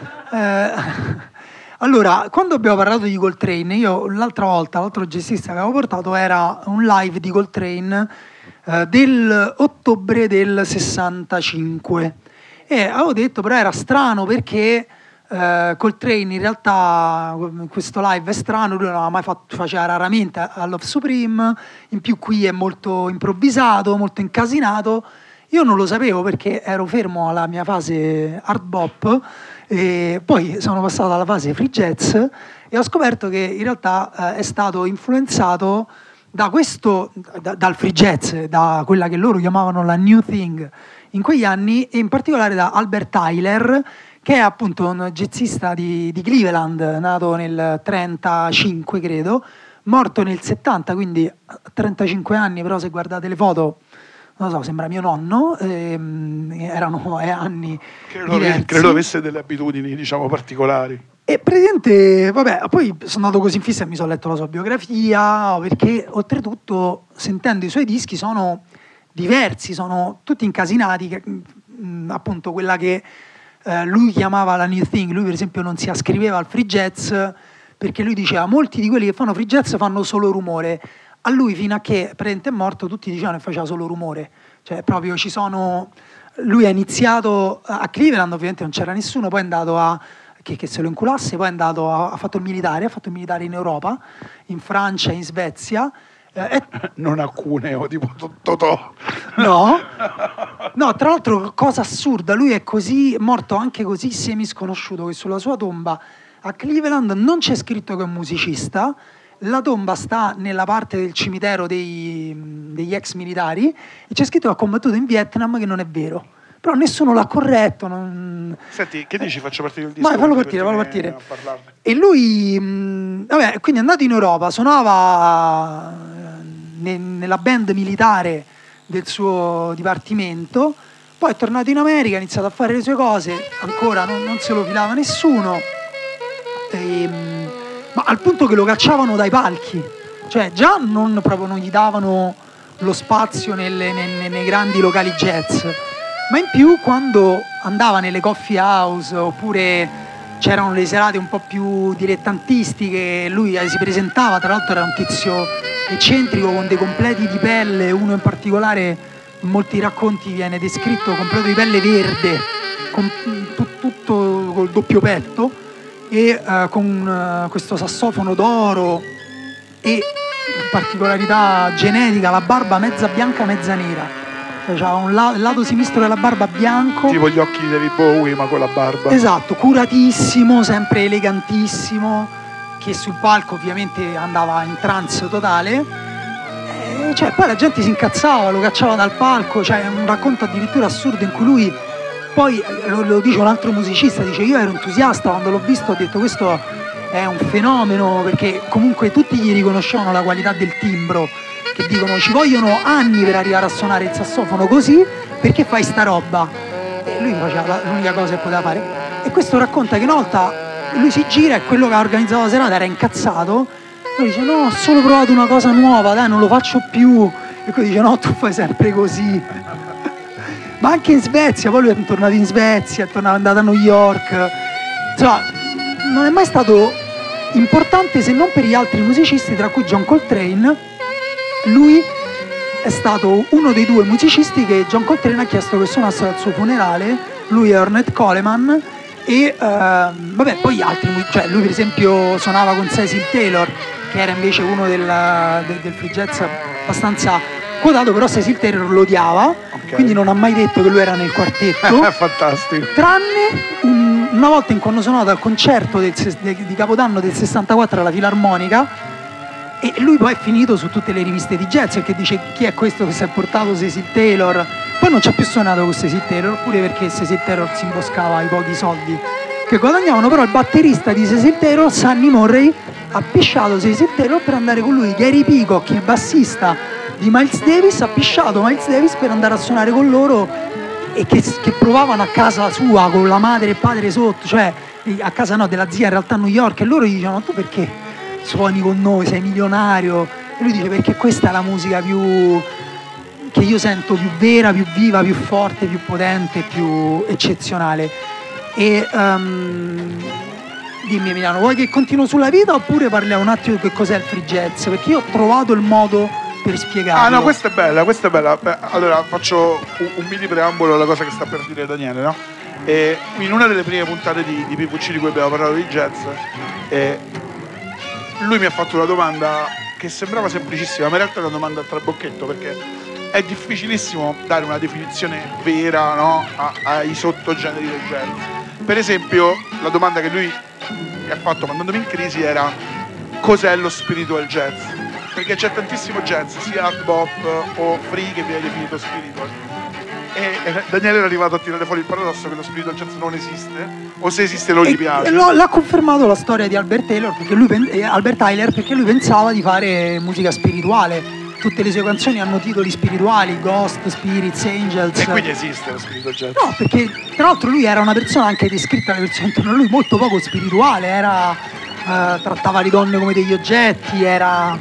eh, allora, quando abbiamo parlato di Coltrane, io l'altra volta, l'altro jazzista che avevo portato era un live di Coltrane eh, del ottobre del sessantacinque, e avevo detto però era strano perché eh, Coltrane in realtà questo live è strano, lui non aveva mai fatto, faceva raramente a Love Supreme, in più qui è molto improvvisato, molto incasinato. Io non lo sapevo perché ero fermo alla mia fase hard bop, e poi sono passato alla fase free jazz e ho scoperto che in realtà eh, è stato influenzato da questo, da, dal free jazz, da quella che loro chiamavano la new thing in quegli anni, e in particolare da Albert Tyler, che è appunto un jazzista di, di Cleveland, nato nel trentacinque credo, morto nel settanta, quindi a trentacinque anni, però se guardate le foto non lo so, sembra mio nonno, ehm, erano eh, anni credo, diversi. Credo avesse delle abitudini, diciamo, particolari. E praticamente, vabbè, poi sono andato così in fissa e mi sono letto la sua biografia, perché oltretutto, sentendo i suoi dischi, sono diversi, sono tutti incasinati, che, mh, appunto quella che eh, lui chiamava la new thing. Lui per esempio non si ascriveva al free jazz, perché lui diceva molti di quelli che fanno free jazz fanno solo rumore. A lui, fino a che praticamente è morto, tutti dicevano che faceva solo rumore. Cioè proprio ci sono, lui ha iniziato a Cleveland, ovviamente non c'era nessuno, poi è andato a che, che se lo inculasse, poi è andato a, ha fatto il militare, ha fatto il militare in Europa, in Francia, in Svezia. Eh, non a Cuneo, tipo Totò. No, no, tra l'altro cosa assurda, lui è così morto anche così semi sconosciuto che sulla sua tomba a Cleveland non c'è scritto che è un musicista. La tomba sta nella parte del cimitero dei, degli ex militari e c'è scritto che ha combattuto in Vietnam, che non è vero. Però nessuno l'ha corretto. Non... Senti, che dici? Faccio partire il disco? Vai, fallo partire, fallo partire. E lui, mh, vabbè, quindi è andato in Europa, suonava ne, nella band militare del suo dipartimento, poi è tornato in America, ha iniziato a fare le sue cose, ancora non, non se lo filava nessuno. E, mh, ma al punto che lo cacciavano dai palchi, cioè già non, proprio non gli davano lo spazio nelle, nei, nei grandi locali jazz, ma in più quando andava nelle coffee house oppure c'erano le serate un po' più dilettantistiche, lui si presentava, tra l'altro era un tizio eccentrico con dei completi di pelle, uno in particolare in molti racconti viene descritto completo di pelle verde, con t- tutto col doppio petto, e uh, con uh, questo sassofono d'oro e particolarità genetica, la barba mezza bianca mezza nera, cioè c'ha un la- il lato sinistro della barba bianco, tipo gli occhi di David Bowie ma con la barba, esatto, curatissimo, sempre elegantissimo, che sul palco ovviamente andava in trance totale, e cioè poi la gente si incazzava, lo cacciava dal palco, cioè un racconto addirittura assurdo in cui lui poi lo, lo dice un altro musicista, dice io ero entusiasta quando l'ho visto, ho detto questo è un fenomeno, perché comunque tutti gli riconoscevano la qualità del timbro, che dicono ci vogliono anni per arrivare a suonare il sassofono così, perché fai sta roba, e lui faceva l'unica cosa che poteva fare. E questo racconta che una volta lui si gira e quello che ha organizzato la serata era incazzato, lui dice no, ho solo provato una cosa nuova, dai, non lo faccio più, e poi dice no, tu fai sempre così. Ma anche in Svezia, poi lui è tornato in Svezia, è tornato, è andato a New York, insomma non è mai stato importante se non per gli altri musicisti, tra cui John Coltrane. Lui è stato uno dei due musicisti che John Coltrane ha chiesto che suonassero al suo funerale, lui e Ornette Coleman, e uh, vabbè poi gli altri, cioè lui per esempio suonava con Cecil Taylor, che era invece uno del, del, del free jazz abbastanza quotato, però Cecil Taylor lo odiava, okay. Quindi non ha mai detto che lui era nel quartetto. Fantastico. Tranne un, una volta in quando sono andato al concerto del, de, di Capodanno del sessantaquattro alla Filarmonica, e lui poi è finito su tutte le riviste di jazz perché dice chi è questo che si è portato Cecil Taylor. Poi non ci ha più suonato con Cecil Taylor, pure perché Cecil Taylor si imboscava i pochi soldi che guadagnavano, però il batterista di Cecil Taylor, Sonny Murray, ha pisciato Stacey Taylor per andare con lui. Gary Peacock, il bassista di Miles Davis, ha pisciato Miles Davis per andare a suonare con loro, e che, che provavano a casa sua con la madre e il padre sotto, cioè a casa no, della zia in realtà a New York, e loro gli dicevano: tu perché suoni con noi, sei milionario? E lui dice: perché questa è la musica più che io sento, più vera, più viva, più forte, più potente, più eccezionale. E um, dimmi Emiliano, vuoi che continuo sulla vita oppure parliamo un attimo di che cos'è il free jazz? Perché io ho trovato il modo per spiegarlo. Ah no, questa è bella, questa è bella. Beh, allora faccio un, un mini preambolo alla cosa che sta per dire Daniele, no? E in una delle prime puntate di, di P V C di cui abbiamo parlato di jazz, eh, lui mi ha fatto una domanda che sembrava semplicissima, ma in realtà è una domanda a trabocchetto, perché è difficilissimo dare una definizione vera, no, a, ai sottogeneri del jazz. Per esempio, la domanda che lui mi ha fatto mandandomi in crisi era: cos'è lo spiritual jazz? Perché c'è tantissimo jazz, sia hard bop o free che viene definito spiritual. E, e Daniele era arrivato a tirare fuori il paradosso che lo spiritual jazz non esiste, o se esiste non gli piace. E lo, l'ha confermato la storia di Albert Taylor, perché lui, eh, Albert Tyler, perché lui pensava di fare musica spirituale. Tutte le sue canzoni hanno titoli spirituali: Ghost, Spirits, Angels. E quindi esiste lo spiritual jazz? No, perché tra l'altro lui era una persona, anche descritta dalle persone intorno a lui, molto poco spirituale. Era, eh, trattava le donne come degli oggetti, era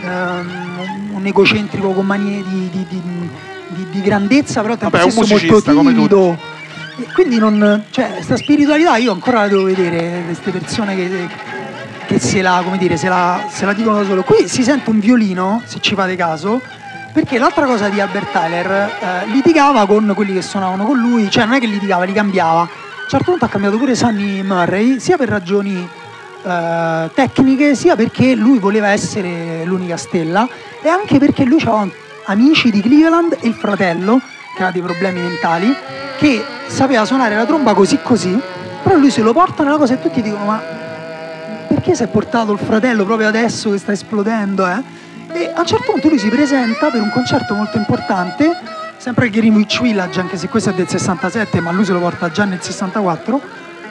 um, un egocentrico con manie di, di, di, di, di grandezza, però tempo Vabbè, stesso molto timido. E quindi non, cioè, sta spiritualità io ancora la devo vedere, queste persone che... che se la, come dire, se la, se la dicono da solo. Qui si sente un violino, se ci fate caso, perché l'altra cosa di Albert Tyler, eh, litigava con quelli che suonavano con lui, cioè non è che litigava, li cambiava. A un certo punto ha cambiato pure Sonny Murray, sia per ragioni eh, tecniche, sia perché lui voleva essere l'unica stella, e anche perché lui aveva amici di Cleveland e il fratello, che aveva dei problemi mentali, che sapeva suonare la tromba così così, però lui se lo porta nella cosa e tutti dicono: ma perché si è portato il fratello proprio adesso che sta esplodendo, eh? E a un certo punto lui si presenta per un concerto molto importante, sempre al Greenwich Village, anche se questo è del sessantasette, ma lui se lo porta già nel sessantaquattro,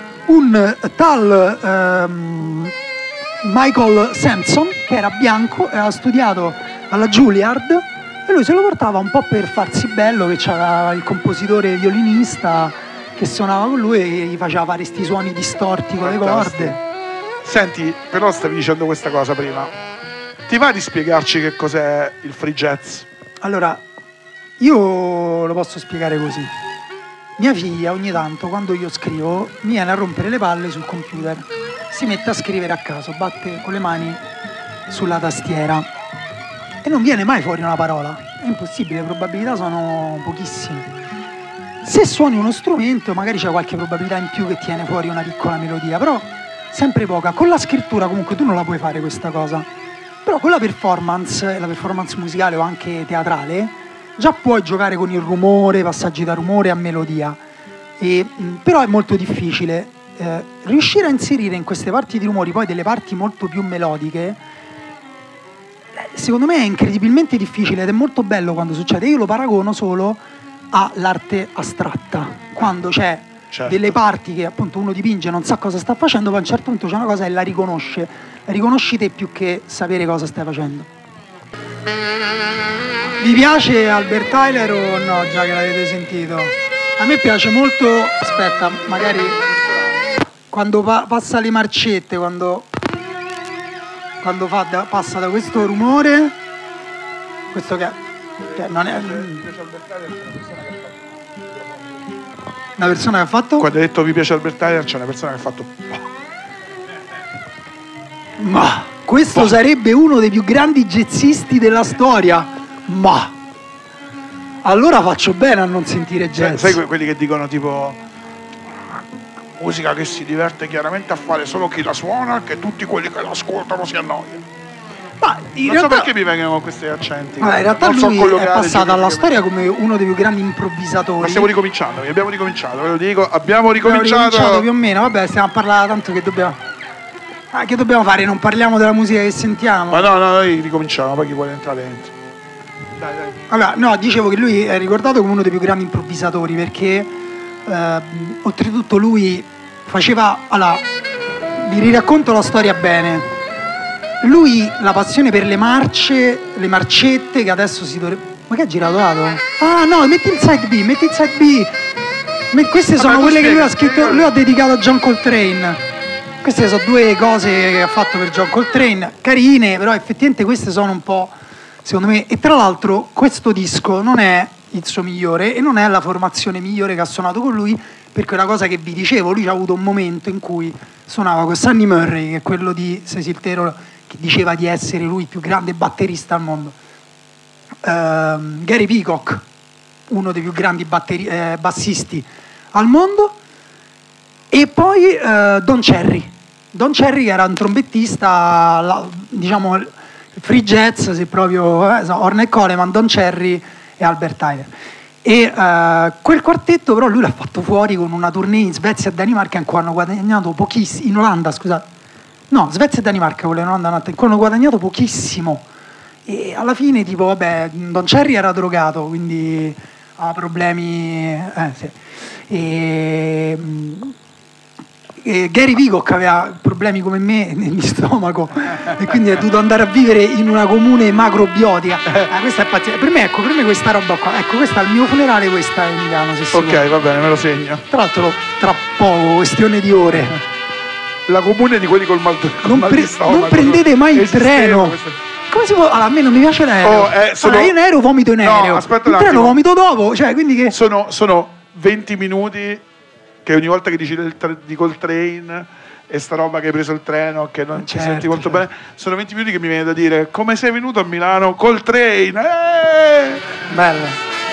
un tal ehm, Michael Sampson, che era bianco, aveva studiato alla Juilliard, e lui se lo portava un po' per farsi bello, che c'era il compositore violinista che suonava con lui e gli faceva fare sti suoni distorti con le corde. Senti, però stavi dicendo questa cosa prima. Ti va di spiegarci che cos'è il free jazz? Allora, io lo posso spiegare così. Mia figlia ogni tanto, quando io scrivo, mi viene a rompere le palle sul computer. Si mette a scrivere a caso, batte con le mani sulla tastiera e non viene mai fuori una parola. È impossibile, le probabilità sono pochissime. Se suoni uno strumento magari c'è qualche probabilità in più che tiene fuori una piccola melodia, però sempre poca. Con la scrittura comunque tu non la puoi fare questa cosa, però con la performance, la performance musicale o anche teatrale, già puoi giocare con il rumore, passaggi da rumore a melodia, e, però è molto difficile eh, riuscire a inserire in queste parti di rumori poi delle parti molto più melodiche. Secondo me è incredibilmente difficile ed è molto bello quando succede. Io lo paragono solo all'arte astratta, quando c'è certo. delle parti che appunto uno dipinge, non sa cosa sta facendo, poi a un certo punto c'è una cosa e la riconosce, la riconosci te più che sapere cosa stai facendo. Vi piace Albert Tyler o no, già che l'avete sentito? A me piace molto, aspetta, magari quando pa- passa le marcette, quando, quando fa da, passa da questo rumore, questo che, che non è... Una persona che ha fatto? Quando hai detto vi piace Albert Tyler, c'è una persona che ha fatto... Ma questo oh. sarebbe uno dei più grandi jazzisti della storia. Ma allora faccio bene a non sentire jazz. Sai, sai quelli che dicono tipo musica che si diverte chiaramente a fare solo chi la suona, che tutti quelli che l'ascoltano si annoiano. Ma in non realtà, so perché mi vengono questi accenti. Ma in realtà non lui so è passato alla storia come uno dei più grandi improvvisatori. Ma stiamo ricominciando, abbiamo ricominciato, ve lo dico, abbiamo ricominciato. Abbiamo ricominciato più o meno, vabbè, stiamo a parlare tanto che dobbiamo... Ah, che dobbiamo fare? Non parliamo della musica che sentiamo. Ma no, no, noi ricominciamo, poi chi vuole entrare dentro. Dai, dai. Allora, no, dicevo che lui è ricordato come uno dei più grandi improvvisatori perché eh, oltretutto lui faceva... Allora, vi riracconto la storia bene. lui la passione per le marce, le marcette che adesso si dovrebbe... Ma che ha girato lato? Ah no, metti il side B, metti il side B. Me- queste sono Vabbè, quelle che lui ha spiega, scritto, lui ha dedicato a John Coltrane. Queste sono due cose che ha fatto per John Coltrane, carine, però effettivamente queste sono un po', secondo me, e tra l'altro questo disco non è il suo migliore e non è la formazione migliore che ha suonato con lui, perché è una cosa che vi dicevo, lui ha avuto un momento in cui suonava con Sonny Murray, che è quello di Cecil Taylor, che diceva di essere lui il più grande batterista al mondo, uh, Gary Peacock, uno dei più grandi batteri- eh, bassisti al mondo, e poi uh, Don Cherry. Don Cherry che era un trombettista, la, diciamo, free jazz, se proprio, eh, Ornette Coleman, Don Cherry e Albert Tyler. E uh, quel quartetto però lui l'ha fatto fuori con una tournée in Svezia e Danimarca in cui hanno guadagnato pochissimo, in Olanda scusate, no, Svezia e Danimarca volevano andare, in cui hanno guadagnato pochissimo, e alla fine tipo vabbè, Don Cherry era drogato, quindi ha problemi, eh, sì. e, e Gary Peacock aveva problemi come me negli stomaco e quindi è dovuto andare a vivere in una comune macrobiotica. Ah, questa è pazzesca. Per me, ecco, per me questa roba qua, ecco, questa al mio funerale, questa è Emiliano, se si Ok, può. va bene, me lo segno. Tra l'altro tra poco, questione di ore. La comune di quelli col mal, col Non, mal pre- di stomaco. non prendete mai il Esisteva treno. questa- Come si può? Allora, a me non mi piace l'aereo. Oh, eh, sono- Allora, io in aereo vomito in No, aereo. aspetta in un treno attimo. vomito dopo, cioè, quindi che... Sono, sono venti minuti che ogni volta che dici del tra- di Coltrane e sta roba che hai preso il treno, che non ti Certo, senti molto certo. bene, sono venti minuti che mi viene da dire come sei venuto a Milano Coltrane? Eh! Bella.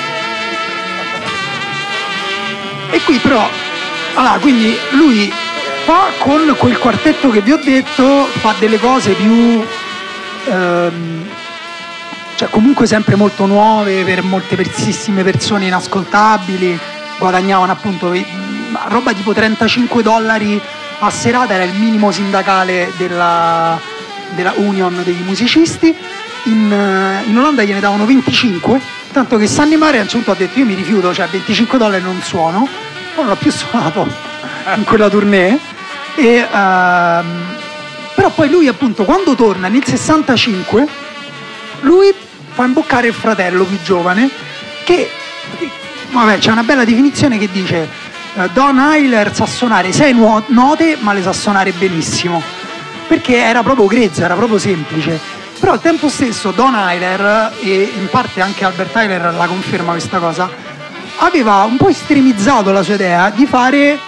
E qui però, allora, quindi lui fa con quel quartetto che vi ho detto, fa delle cose più, ehm, cioè comunque sempre molto nuove per molte persissime persone inascoltabili, guadagnavano appunto eh, roba tipo trentacinque dollari a serata, era il minimo sindacale della, della Union dei musicisti. In, eh, in Olanda gliene davano venticinque, tanto che Sonny Murray a un certo punto ha detto io mi rifiuto, cioè venticinque dollari non suono, poi non l'ha più suonato in quella tournée. E, ehm, però poi lui appunto quando torna nel sessantacinque lui fa imboccare il fratello più giovane che, vabbè, c'è una bella definizione che dice eh, Don Hyler sa suonare sei nuo- note ma le sa suonare benissimo, perché era proprio grezzo, era proprio semplice. Però al tempo stesso Don Hyler, e in parte anche Albert Tyler la conferma questa cosa, aveva un po' estremizzato la sua idea di fare,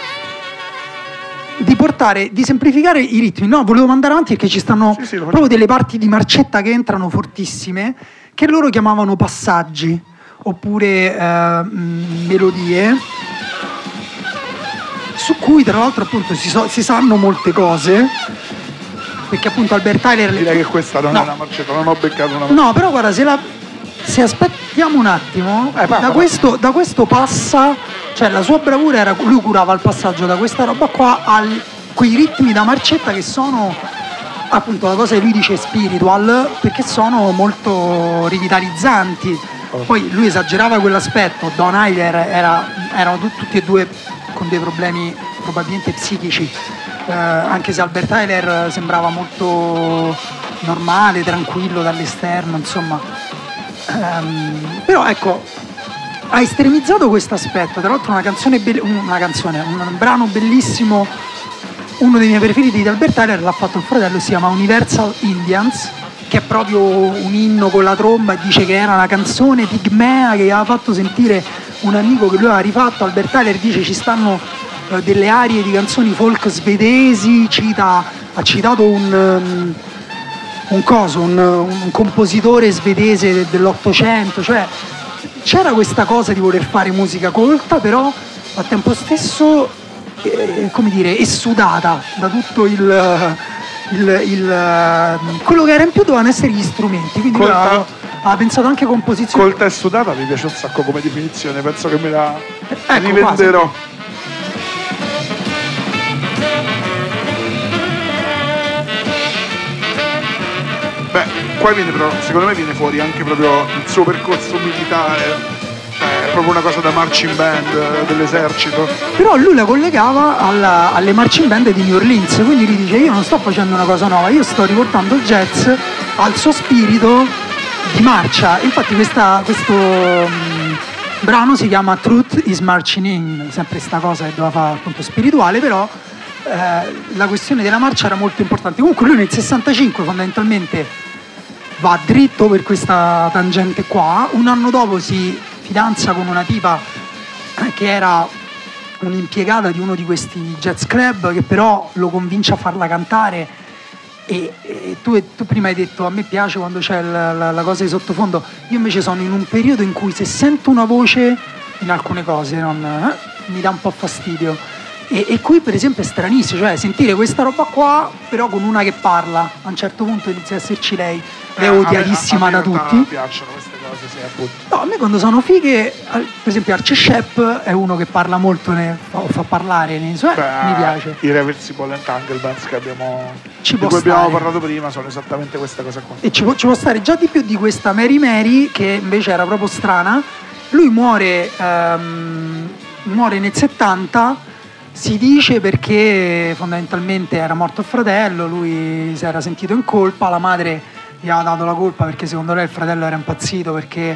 di portare, di semplificare i ritmi. No, volevo mandare avanti perché ci stanno Sì, sì, lo proprio delle parti di marcetta che entrano fortissime, che loro chiamavano passaggi oppure eh, mh, melodie, su cui tra l'altro appunto si, so- si sanno molte cose, perché appunto Albert Tyler... Direi che questa non No. è una marcetta, non ho beccato una No, però guarda, se, la, se aspettiamo un attimo, Eh, va, da, va. questo, da questo passa, cioè la sua bravura era, lui curava il passaggio da questa roba qua a quei ritmi da marcetta che sono appunto la cosa che lui dice spiritual, perché sono molto rivitalizzanti. Poi lui esagerava quell'aspetto, Don Hyler era, erano tu- tutti e due con dei problemi probabilmente psichici, eh, anche se Albert Tyler sembrava molto normale, tranquillo dall'esterno, insomma. Ehm, però ecco, ha estremizzato questo aspetto. Tra l'altro una canzone, be- una canzone, un brano bellissimo, uno dei miei preferiti di Albert Tyler l'ha fatto il fratello, si chiama Universal Indians, che è proprio un inno con la tromba, e dice che era una canzone pigmea che aveva fatto sentire un amico che lui aveva rifatto. Albert Tyler dice ci stanno eh, delle arie di canzoni folk svedesi, cita, ha citato un, um, un coso, un, un compositore svedese de- dell'Ottocento, cioè c'era questa cosa di voler fare musica colta, però al tempo stesso eh, come dire, esudata da tutto il, il, il quello che era in più dovevano essere gli strumenti, quindi lui Colta- aveva, aveva pensato anche a composizioni. Colta e sudata mi piace un sacco come definizione, penso che me la Ecco, rivenderò. Beh, qua viene però, secondo me viene fuori anche proprio il suo percorso militare, cioè proprio una cosa da marching band dell'esercito. Però lui la collegava alla, alle marching band di New Orleans, quindi lui dice io non sto facendo una cosa nuova, io sto riportando il jazz al suo spirito di marcia. Infatti questa, questo um, brano si chiama Truth is Marching In, sempre sta cosa che doveva fare appunto spirituale, però eh, la questione della marcia era molto importante. Comunque lui nel sessantacinque fondamentalmente va dritto per questa tangente qua, un anno dopo si fidanza con una tipa che era un'impiegata di uno di questi jazz club, che però lo convince a farla cantare e, e tu, tu prima hai detto a me piace quando c'è la, la, la cosa di sottofondo, io invece sono in un periodo in cui se sento una voce in alcune cose non, eh, mi dà un po' fastidio e, e qui per esempio è stranissimo, cioè sentire questa roba qua però con una che parla, a un certo punto inizia a esserci lei, è eh, odiatissima a me, a me da tutti. Mi piacciono queste cose, sì, appunto. No, a me quando sono fighe, per esempio Archie Shepp è uno che parla molto, ne, fa, fa parlare nei suoi, Beh, mi piace. I Reversible Entanglements che abbiamo, ci di cui stare. abbiamo parlato prima sono esattamente questa cosa qua. E ci può, ci può stare già di più di questa Mary Mary che invece era proprio strana. Lui muore, um, muore nel settanta, si dice perché fondamentalmente era morto il fratello, lui si era sentito in colpa, la madre gli aveva dato la colpa perché secondo lei il fratello era impazzito perché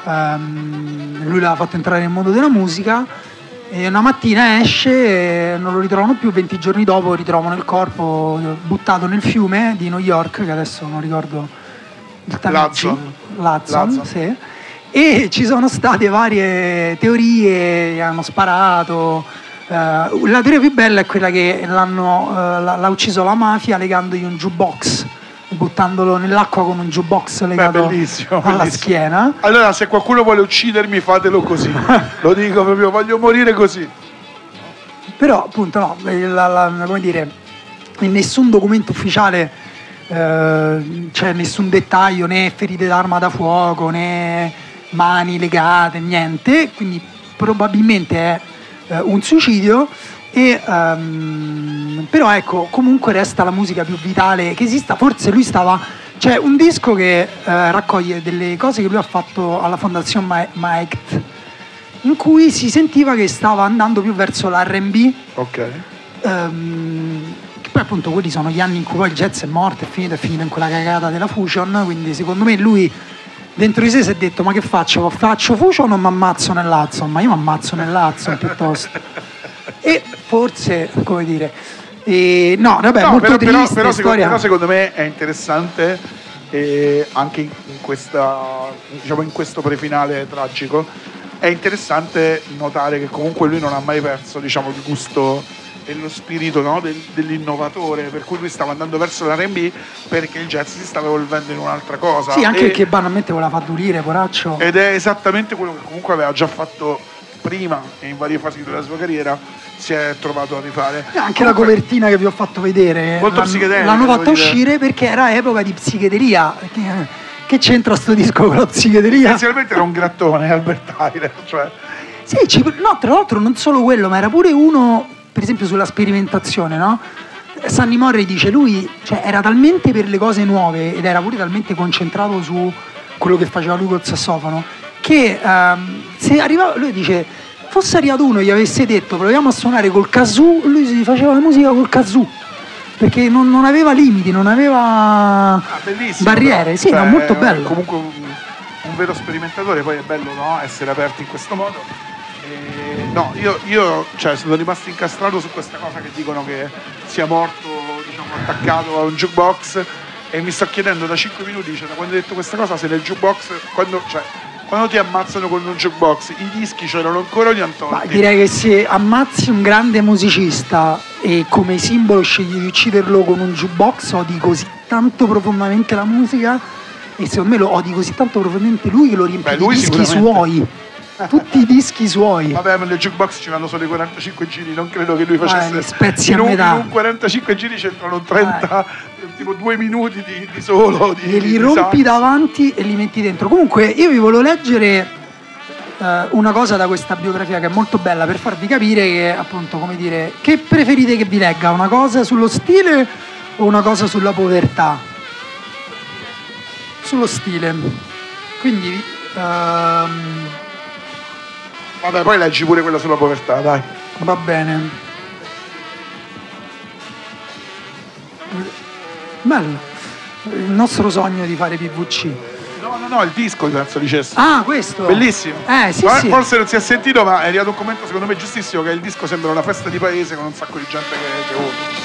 um, lui l'aveva fatto entrare nel mondo della musica e una mattina esce e non lo ritrovano più, venti giorni dopo ritrovano il corpo buttato nel fiume di New York, che adesso non ricordo il Lazzon. Lazzon, sì. E ci sono state varie teorie, gli hanno sparato. Uh, la teoria più bella è quella che l'hanno, uh, l'ha ucciso la mafia legandogli un jukebox, buttandolo nell'acqua con un jukebox legato Beh, bellissimo, alla bellissimo. schiena. Allora se qualcuno vuole uccidermi fatelo così, lo dico proprio, voglio morire così. Però appunto no, la, la, come dire, in nessun documento ufficiale eh, c'è nessun dettaglio, né ferite d'arma da fuoco né mani legate, niente, quindi probabilmente è eh, un suicidio. E, um, però ecco, comunque resta la musica più vitale che esista. Forse lui stava, c'è un disco che eh, raccoglie delle cose che lui ha fatto alla fondazione Ma- Maikt, in cui si sentiva che stava andando più verso l'R and B. Ok. Um, che poi appunto quelli sono gli anni in cui poi il jazz è morto, è finito, è finito in quella cagata della fusion, quindi secondo me lui dentro di sé si è detto ma che faccio? Faccio fusion o mi ammazzo nell'Hudson? Ma io mi ammazzo nell'Hudson piuttosto. E forse, come dire, e, no, vabbè, no, molto però, triste però, però, storia. secondo, però secondo me è interessante eh, anche in, in, questa, diciamo, in questo prefinale tragico è interessante notare che comunque lui non ha mai perso, diciamo, il gusto e lo spirito, no, del, dell'innovatore, per cui lui stava andando verso l'R and B perché il jazz si stava evolvendo in un'altra cosa. Sì, anche e, perché banalmente voleva far durire, poraccio. Ed è esattamente quello che comunque aveva già fatto prima e in varie fasi della sua carriera si è trovato a rifare. E anche comunque, la copertina che vi ho fatto vedere molto psichedelica, l'hanno fatta dire. uscire perché era epoca di psichedelia. Che, che c'entra sto disco con la psichedelia? Essenzialmente era un grattone Albert Tyler, cioè. Sì, ci, no, tra l'altro non solo quello, ma era pure uno, per esempio sulla sperimentazione, no? Sunny Morris dice lui, cioè, era talmente per le cose nuove ed era pure talmente concentrato su quello che faceva lui col sassofono che um, se arrivava, lui dice, fosse arrivato uno e gli avesse detto proviamo a suonare col kazoo, lui si faceva la musica col kazoo perché non, non aveva limiti, non aveva ah, barriere, però, sì, cioè, no, molto bello. Comunque un, un vero sperimentatore, poi è bello, no, essere aperti in questo modo. E, no, io, io cioè, sono rimasto incastrato su questa cosa che dicono che sia morto, diciamo, attaccato a un jukebox e mi sto chiedendo da cinque minuti, cioè, da quando hai detto questa cosa, se nel jukebox, quando, cioè, quando ti ammazzano con un jukebox, i dischi c'erano ancora o li hanno tolti? Ma direi che se ammazzi un grande musicista e come simbolo scegli di ucciderlo con un jukebox, odi così tanto profondamente la musica e secondo me lo odi così tanto profondamente lui che lo riempie di dischi suoi. Tutti i dischi suoi. Vabbè, ma nel jukebox ci vanno solo i quarantacinque giri, non credo che lui facesse eh, spezzi in, a un, metà. in un quarantacinque giri c'entrano trenta, eh. tipo due minuti di, di solo di, e li di rompi sax. davanti e li metti dentro. Comunque io vi volevo leggere uh, una cosa da questa biografia che è molto bella per farvi capire che appunto, come dire, che preferite che vi legga, una cosa sullo stile o una cosa sulla povertà? Sullo stile. Quindi um, Vabbè, poi leggi pure quella sulla povertà, dai. Va bene. Bello. Il nostro sogno di fare P V C. No, no, no, il disco penso dicessi. Ah, questo? Bellissimo. Eh, sì, ma sì. Forse non si è sentito, ma è arrivato un commento secondo me giustissimo, che il disco sembra una festa di paese con un sacco di gente che, che urla.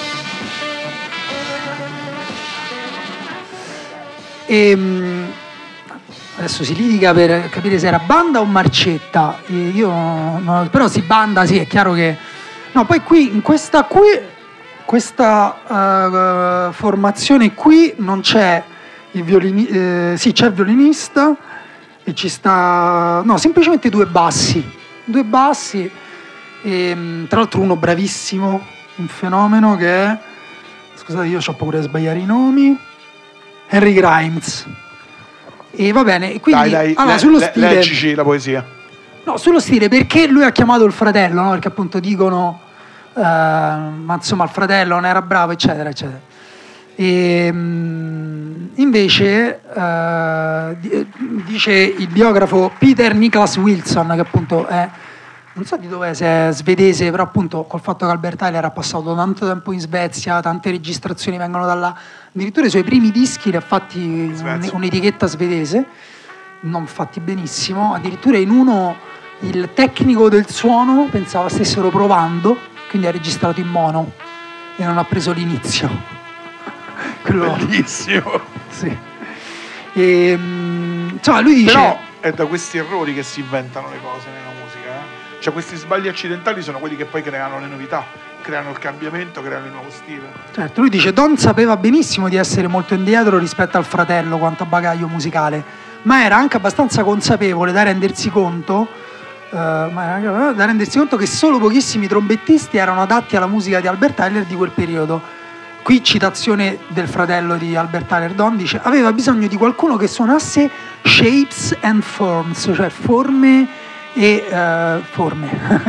E, adesso si litiga per capire se era banda o marcetta. E io no, però si banda, sì, è chiaro che no, poi qui in questa qui questa uh, formazione qui non c'è il violini, eh, sì, c'è il violinista e ci sta no, semplicemente due bassi. Due bassi e, tra l'altro uno bravissimo, un fenomeno che è, scusate, io ho paura di sbagliare i nomi, Henry Grimes. E va bene, quindi dai, dai, allora, le, sullo le, stile, leggici la poesia. No, sullo stile, perché lui ha chiamato il fratello, no? Perché appunto dicono uh, ma insomma il fratello non era bravo, eccetera, eccetera. E um, invece uh, dice il biografo Peter Nicholas Wilson, che appunto è, non so di dove, se è svedese, però appunto col fatto che Albert Tyler ha passato tanto tempo in Svezia, tante registrazioni vengono da là, addirittura i suoi primi dischi li ha fatti un, un'etichetta svedese, non fatti benissimo, addirittura in uno il tecnico del suono pensava stessero provando, quindi ha registrato in mono e non ha preso l'inizio. Quello, bellissimo. Sì. E, cioè lui dice, però è da questi errori che si inventano le cose nella musica, eh? Cioè questi sbagli accidentali sono quelli che poi creano le novità, creano il cambiamento, creano il nuovo stile. Certo, lui dice Don sapeva benissimo di essere molto indietro rispetto al fratello quanto a bagaglio musicale, ma era anche abbastanza consapevole da rendersi conto uh, ma era, da rendersi conto che solo pochissimi trombettisti erano adatti alla musica di Albert Tyler di quel periodo. Qui citazione del fratello di Albert Tyler, Don dice aveva bisogno di qualcuno che suonasse shapes and forms, cioè forme e uh, forme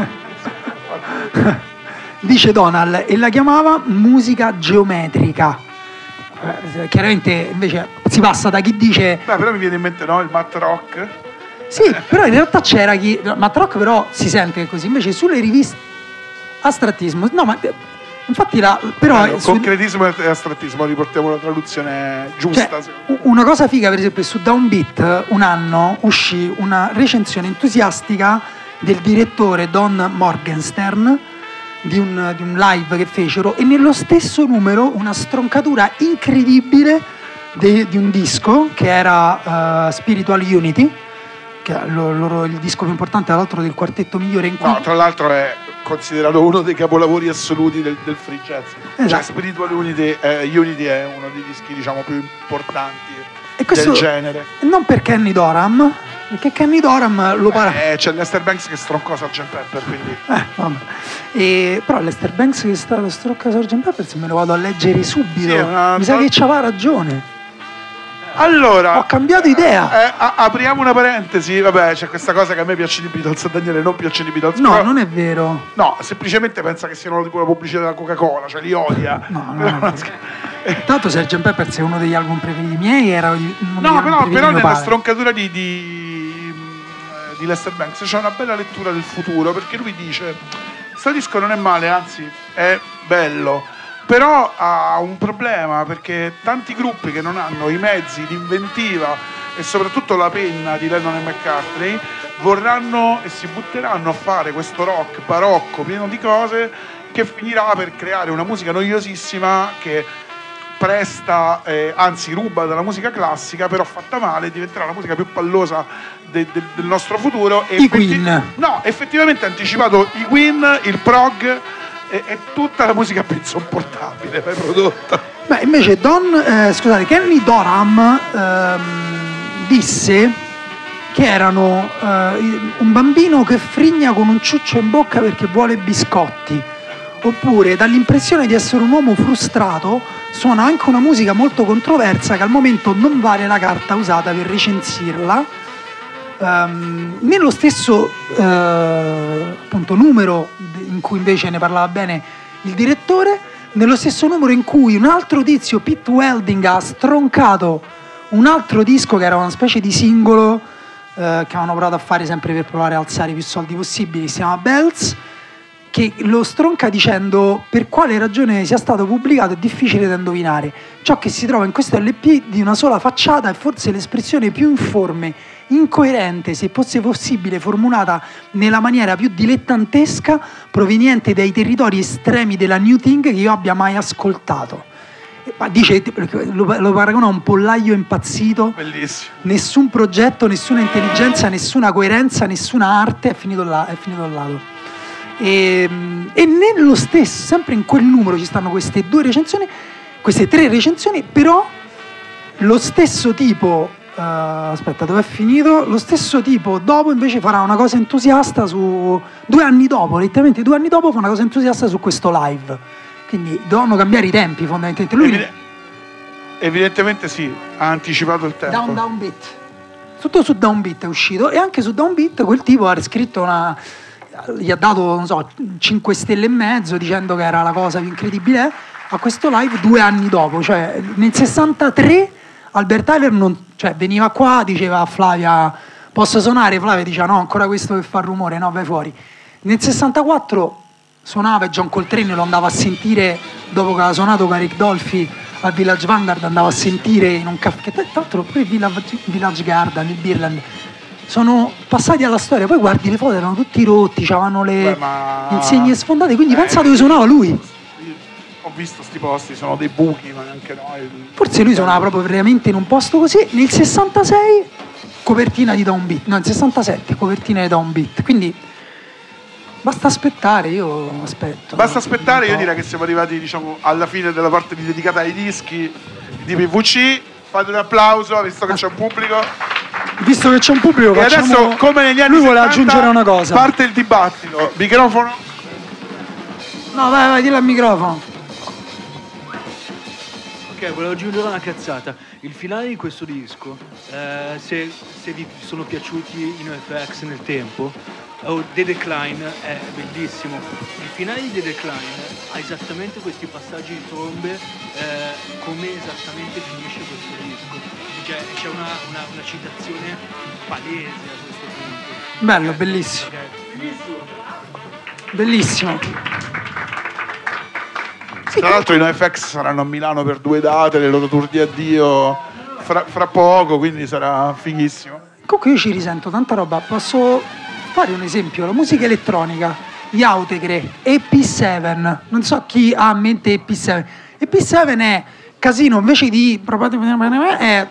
dice Donald, e la chiamava musica geometrica. Eh, chiaramente invece si passa da chi dice beh, però mi viene in mente no il math rock. Sì, però in realtà c'era chi math rock, però si sente che così, invece sulle riviste astrattismo, no, ma infatti la, però eh, su, concretismo e astrattismo, riportiamo la traduzione giusta. Cioè, una cosa figa, per esempio su Downbeat un anno uscì una recensione entusiastica del direttore Don Morgenstern di un, di un live che fecero, e nello stesso numero una stroncatura incredibile de, di un disco che era uh, Spiritual Unity, che è lo, loro, il disco più importante tra l'altro del quartetto migliore in cui... No, tra l'altro è considerato uno dei capolavori assoluti del, del free jazz. Esatto. Cioè Spiritual Unity, eh, Unity è uno dei dischi diciamo più importanti e questo, del genere. Non per Kenny Dorham, perché Kenny Dorham lo para... Eh, c'è Lester Banks che stroncò sergeant Pepper, quindi... Eh, vabbè. E, però Lester Banks che sta stronca sergeant Pepper, se me lo vado a leggere subito, sì, una... mi sa che c'aveva ragione. Allora, ho cambiato idea. Eh, a- apriamo una parentesi. Vabbè, c'è questa cosa che a me piace di Beatles, a Daniele non piace di Beatles. No, però, non è vero. No, semplicemente pensa che siano tipo la pubblicità della Coca-Cola, cioè li odia. No, no, no. Tanto sergeant Pepper è uno degli album preferiti miei, era uno no, però, però nella padre. stroncatura di, di, di Lester Banks c'è una bella lettura del futuro, perché lui dice: sto disco non è male, anzi è bello, però ha un problema, perché tanti gruppi che non hanno i mezzi, l'inventiva e soprattutto la penna di Lennon e McCartney vorranno e si butteranno a fare questo rock barocco pieno di cose che finirà per creare una musica noiosissima che presta, eh, anzi ruba dalla musica classica, però fatta male, diventerà la musica più pallosa de- de- del nostro futuro. E I effetti- Queen. No, effettivamente ha anticipato i Queen, il prog e, e tutta la musica più insopportabile mai prodotta. Beh, invece Don, eh, scusate, Kenny Dorham ehm, disse che erano eh, un bambino che frigna con un ciuccio in bocca perché vuole biscotti, oppure dall'impressione di essere un uomo frustrato suona anche una musica molto controversa che al momento non vale la carta usata per recensirla. Um, nello stesso uh, appunto numero in cui invece ne parlava bene il direttore, nello stesso numero in cui un altro tizio, Pete Welding, ha stroncato un altro disco che era una specie di singolo eh, che avevano provato a fare sempre per provare a alzare più soldi possibili, si chiama Bells, che lo stronca dicendo per quale ragione sia stato pubblicato è difficile da indovinare. Ciò che si trova in questo L P di una sola facciata è forse l'espressione più informe, incoerente, se fosse possibile formulata nella maniera più dilettantesca, proveniente dai territori estremi della New Thing che io abbia mai ascoltato. Ma dice, lo, lo paragona a un pollaio impazzito. Bellissimo. Nessun progetto, nessuna intelligenza, nessuna coerenza, nessuna arte, è finito là, è finito al lato. E, e nello stesso, sempre in quel numero ci stanno queste due recensioni, queste tre recensioni, però lo stesso tipo, uh, aspetta, dove è finito? Lo stesso tipo dopo invece farà una cosa entusiasta su, due anni dopo, letteralmente due anni dopo fa una cosa entusiasta su questo live, quindi dovranno cambiare i tempi fondamentalmente. Lui Evide- evidentemente sì, ha anticipato il tempo. Down Downbeat, tutto su Downbeat è uscito, e anche su Downbeat quel tipo ha scritto una, gli ha dato, non so, cinque stelle e mezzo dicendo che era la cosa più incredibile a questo live due anni dopo, cioè nel sessantatré Albert Tyler non, cioè, veniva qua, diceva a Flavia posso suonare, Flavia diceva no, ancora questo che fa rumore, no, vai fuori. Nel sessantaquattro suonava e John Coltrane lo andava a sentire dopo che aveva suonato con Rick Dolphy al Village Vanguard, andava a sentire in un caffè, tra l'altro pure il Village, Village Garden, il Beerland, sono passati alla storia. Poi guardi le foto, erano tutti rotti, avevano le Beh, ma... insegne sfondate, quindi eh, pensa dove suonava lui. Ho visto sti posti, sono dei buchi, ma neanche noi. Forse lui suonava proprio veramente in un posto così. Nel sessantasei copertina di Downbeat, no, nel sessantasette copertina di Downbeat, quindi basta aspettare, io aspetto. Basta aspettare, io direi che siamo arrivati, diciamo, alla fine della parte dedicata ai dischi di P V C. Fate un applauso, visto che c'è un pubblico. Visto che c'è un pubblico, E facciamo... adesso, come negli anni lui vuole settanta, aggiungere una cosa. parte il dibattito. Microfono. No, vai, vai, dillo al microfono. Ok, volevo aggiungere una cazzata. Il finale di questo disco, eh, se, se vi sono piaciuti i NoFX nel tempo, oh, The Decline è bellissimo. Il finale di The Decline ha esattamente questi passaggi di trombe, eh, come esattamente finisce questo disco. Cioè, c'è una, una, una citazione palese a questo punto. Bello, bellissimo. Ok. Bellissimo. Tra l'altro i NoFX saranno a Milano per due date, le loro tour di addio fra, fra poco, quindi sarà fighissimo. Comunque io ci risento tanta roba. Posso fare un esempio? La musica elettronica, gli Autechre, E P sette, non so chi ha a mente E P sette. E P sette è casino, invece di è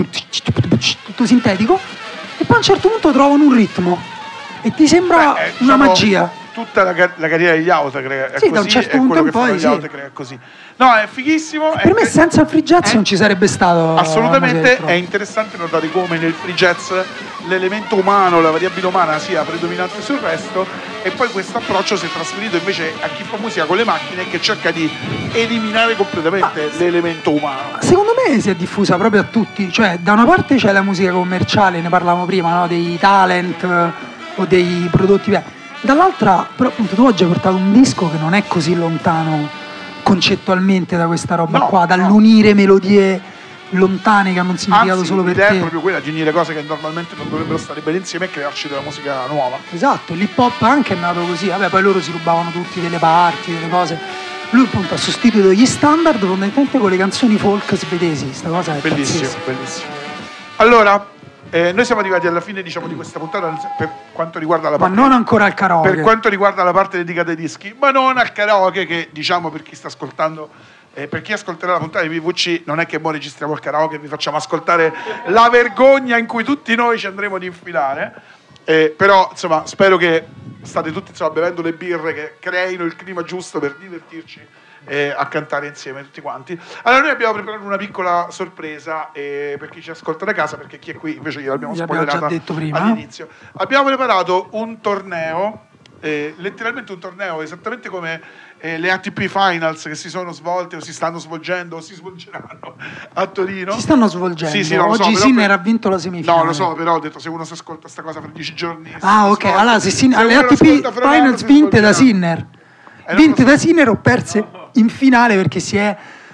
tutto sintetico, e poi a un certo punto trovano un ritmo e ti sembra Beh, eh, una diciamo, magia. Tutta la, la carriera degli Autechre è Sì, così, da un certo e punto quello in che fanno poi, gli sì. Autechre è così. No, è fighissimo. Per è me che- senza il free jazz è- non ci sarebbe stato Assolutamente, la è interessante notare come nel free jazz l'elemento umano, la variabile umana sia predominante sul resto, e poi questo approccio si è trasferito invece a chi fa musica con le macchine, che cerca di eliminare completamente l'elemento umano. Secondo me si è diffusa proprio a tutti, cioè da una parte c'è la musica commerciale, ne parlavamo prima, no? Dei talent eh, o dei prodotti, beh. Dall'altra, però appunto tu oggi hai portato un disco che non è così lontano concettualmente da questa roba No, qua, no. dall'unire melodie lontane che hanno un significato Anzi, solo per l'idea te. è proprio quella di unire cose che normalmente non dovrebbero stare bene insieme e crearci della musica nuova. Esatto, l'hip hop anche è nato così, vabbè poi loro si rubavano tutti delle parti, delle cose. Lui appunto ha sostituito gli standard fondamentalmente con le canzoni folk svedesi, sta cosa è Bellissimo, pazzesca. bellissimo. Allora, eh, noi siamo arrivati alla fine, diciamo, di questa puntata per quanto riguarda la Ma parte non ancora al karaoke. per quanto riguarda la parte dedicata ai dischi, ma non al karaoke, che diciamo per chi sta ascoltando, eh, per chi ascolterà la puntata di P V C, non è che mo registriamo il karaoke e vi facciamo ascoltare la vergogna in cui tutti noi ci andremo ad infilare, eh, però insomma spero che state tutti insomma bevendo le birre che creino il clima giusto per divertirci eh, a cantare insieme tutti quanti. Allora noi abbiamo preparato una piccola sorpresa eh, per chi ci ascolta da casa, perché chi è qui invece gliel'abbiamo Gli abbiamo già spoilerata detto prima. all'inizio. Abbiamo preparato un torneo, eh, letteralmente un torneo esattamente come eh, le A T P Finals che si sono svolte o si stanno svolgendo o si svolgeranno a Torino. Si stanno svolgendo. Sì, sì, no, lo so, Oggi però Sinner per- ha vinto la semifinale. No, lo so, però ho detto se uno si ascolta sta cosa fra dieci giorni. Ah, si ok. svolta. Allora, se Sinner, Se le uno A T P ascolta fra un anno, Finals si vinte da svolgerà. Sinner. Eh, non Vinte lo so. da Sinner o perse in finale perché si è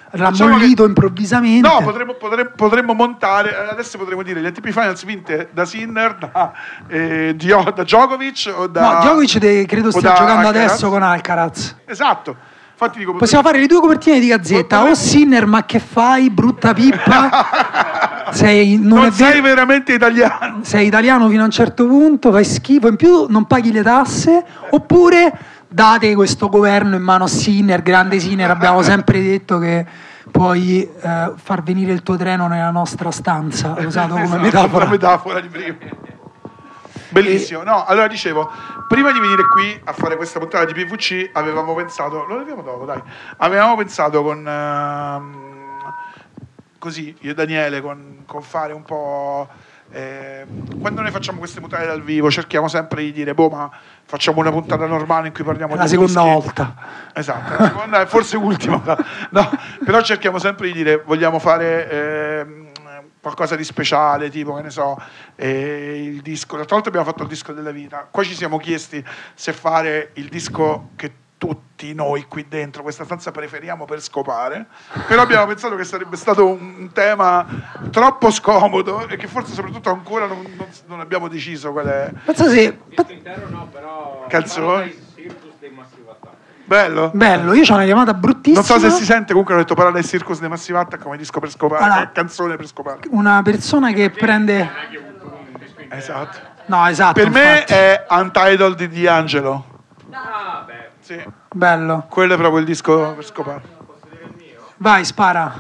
rammollito che... improvvisamente. No, potremmo, potremmo, potremmo montare, adesso potremmo dire, gli A T P Finals vinte da Sinner, da, eh, Dio, da Djokovic o da... No, Djokovic de, credo stia giocando Alcaraz. adesso con Alcaraz. Esatto. Infatti dico, possiamo fare le due copertine di Gazzetta. potremmo... O Sinner, ma che fai, brutta pippa. sei, non non è sei ver- veramente italiano. Sei italiano fino a un certo punto, fai schifo, in più non paghi le tasse, oppure date questo governo in mano a Sinner, grande Sinner, abbiamo sempre detto che puoi eh, far venire il tuo treno nella nostra stanza, usato come esatto, metafora. Una metafora di prima. Bellissimo. No, allora dicevo, prima di venire qui a fare questa puntata di P V C avevamo pensato, lo leviamo dopo, dai. Avevamo pensato con uh, così io e Daniele con, con fare un po' eh, quando noi facciamo queste puntate dal vivo cerchiamo sempre di dire boh, ma facciamo una puntata normale in cui parliamo la di seconda whisky. volta. Esatto, la seconda e forse ultima. No, però cerchiamo sempre di dire vogliamo fare eh, qualcosa di speciale, tipo, che ne so, eh, il disco. L'altra volta abbiamo fatto il disco della vita. Qua ci siamo chiesti se fare il disco che tutti noi qui dentro questa stanza preferiamo per scopare, però abbiamo pensato che sarebbe stato un, un tema troppo scomodo e che forse soprattutto ancora non, non, non abbiamo deciso qual è. Penso se... no, però Canzoni. Circus dei Massive Attack. Bello. Bello, io c'ho una chiamata bruttissima. Non so se si sente, comunque ho detto parla del Circus dei Massive Attack come disco per scopare, allora, canzone per scopare. Una persona che prende... Esatto. No, esatto. Per me infatti. è Untitled di D'Angelo. Ah, beh. Sì. Bello. Quello è proprio il disco per scopare. Vai, spara.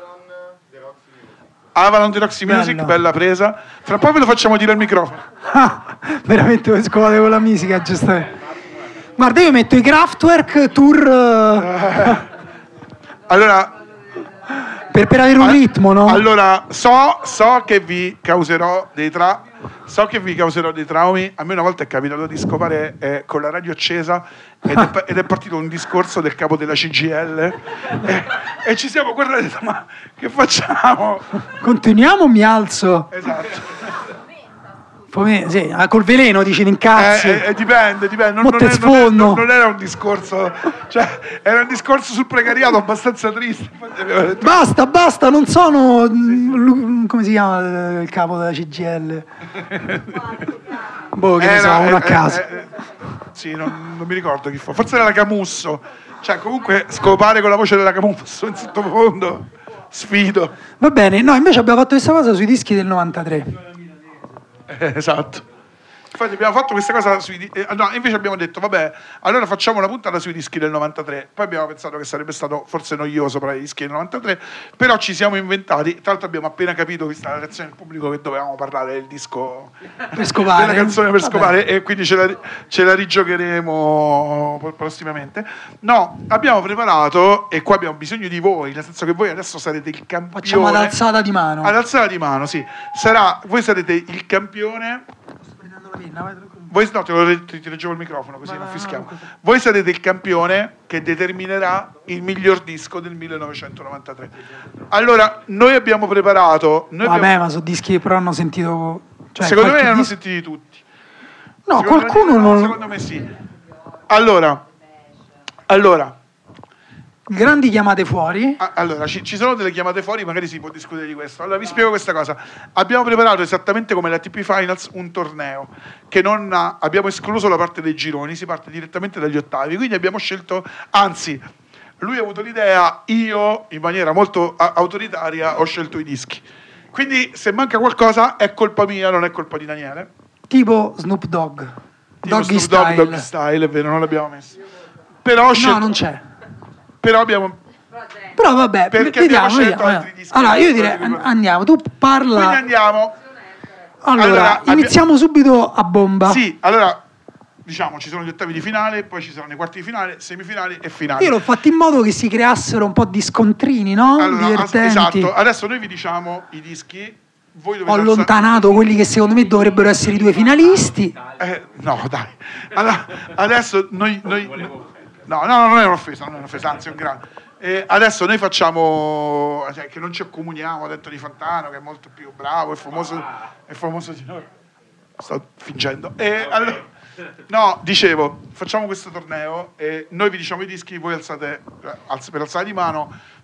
Avalon di Roxy Music, Bello. bella presa. Fra poi ve lo facciamo dire al microfono. Ah, veramente voi scovate con la musica, giustamente. Guarda, io metto i Kraftwerk tour eh, Allora, per, per avere un ritmo, no? allora so, so che vi causerò dei tra so che vi causerò dei traumi. A me una volta è capitato di scopare eh, con la radio accesa ed è, ed è partito un discorso del capo della C G I L e, e ci siamo guardati e detto, ma che facciamo? Continuiamo o mi alzo? Esatto. Come, sì, ah, col veleno dici ti incazzi. Eh, eh, dipende, dipende. Non, Mo non, te è- non, è- sfondo. non- non era un discorso, cioè era un discorso sul precariato abbastanza triste. Infatti abbiamo detto, Basta, basta, non sono mm, lu- come si chiama eh, il capo della C G I L? Boh, che ne so, era- uno a eh, caso. eh, eh, sì, non, non mi ricordo chi fu. Forse era la Camusso. Cioè, comunque scopare con la voce della Camusso in sottofondo. Sfido. Va bene, no, invece abbiamo fatto questa cosa sui dischi del novantatré. Eh, esatto. Infatti abbiamo fatto questa cosa sui di- eh, no, invece abbiamo detto vabbè, allora facciamo una puntata sui dischi del novantatré. Poi abbiamo pensato che sarebbe stato forse noioso parlare di dischi del novantatré, però ci siamo inventati, tra l'altro abbiamo appena capito, vista la reazione del pubblico, che dovevamo parlare del disco Per scopare. della canzone per Vabbè. scopare, e quindi ce la, ce la rigiocheremo prossimamente. No, abbiamo preparato, e qua abbiamo bisogno di voi, nel senso che voi adesso sarete il campione. Facciamo ad alzata di mano. Ad alzata di mano, sì. Sarà, voi sarete il campione. Voi, no, te lo, ti, ti leggevo il microfono così Vai, non vai, fischiamo. vai. Voi sarete il campione che determinerà il miglior disco del millenovecentonovantatré. Allora, noi abbiamo preparato. Noi Vabbè, abbiamo- ma sono dischi che però hanno sentito. Cioè, secondo me qualche erano dis- sentiti tutti. No, Secondo qualcuno me, non. Secondo me sì. Allora, allora, Grandi chiamate fuori. a- allora ci, ci sono delle chiamate fuori, magari si può discutere di questo. Allora vi spiego questa cosa. Abbiamo preparato esattamente come la T P Finals un torneo che non ha, abbiamo escluso la parte dei gironi, si parte direttamente dagli ottavi, quindi abbiamo scelto, anzi lui ha avuto l'idea, io in maniera molto a- autoritaria ho scelto i dischi. Quindi se manca qualcosa è colpa mia, non è colpa di Daniele. Tipo Snoop Dogg. Tipo Doggy Snoop Dogg, Style. Doggy Style, è vero, non l'abbiamo messo. Però ho scelto, No, non c'è. però abbiamo Però vabbè, Perché vediamo, abbiamo scelto vediamo. altri dischi. Allora, io direi an- andiamo, tu quindi parla. andiamo. Allora, allora, iniziamo subito a bomba. Sì, allora diciamo ci sono gli ottavi di finale, poi ci saranno i quarti di finale, semifinali e finali. Io l'ho fatto in modo che si creassero un po' di scontrini, no? Allora, as- Divertenti. esatto, adesso noi vi diciamo i dischi, voi dovete Ho alza- allontanato quelli che secondo me dovrebbero essere i due finalisti. Eh, no, dai. Allora, adesso noi, noi no, no, no, non è un'offesa, non è un'offesa, anzi è un grande. Eh, adesso noi facciamo, cioè, che non ci accomuniamo dentro di Fantano, che è molto più bravo, è famoso, è famoso di noi. Sto fingendo. E allora, no, dicevo, facciamo questo torneo e noi vi diciamo i dischi, voi alzate, alz- per alzare di mano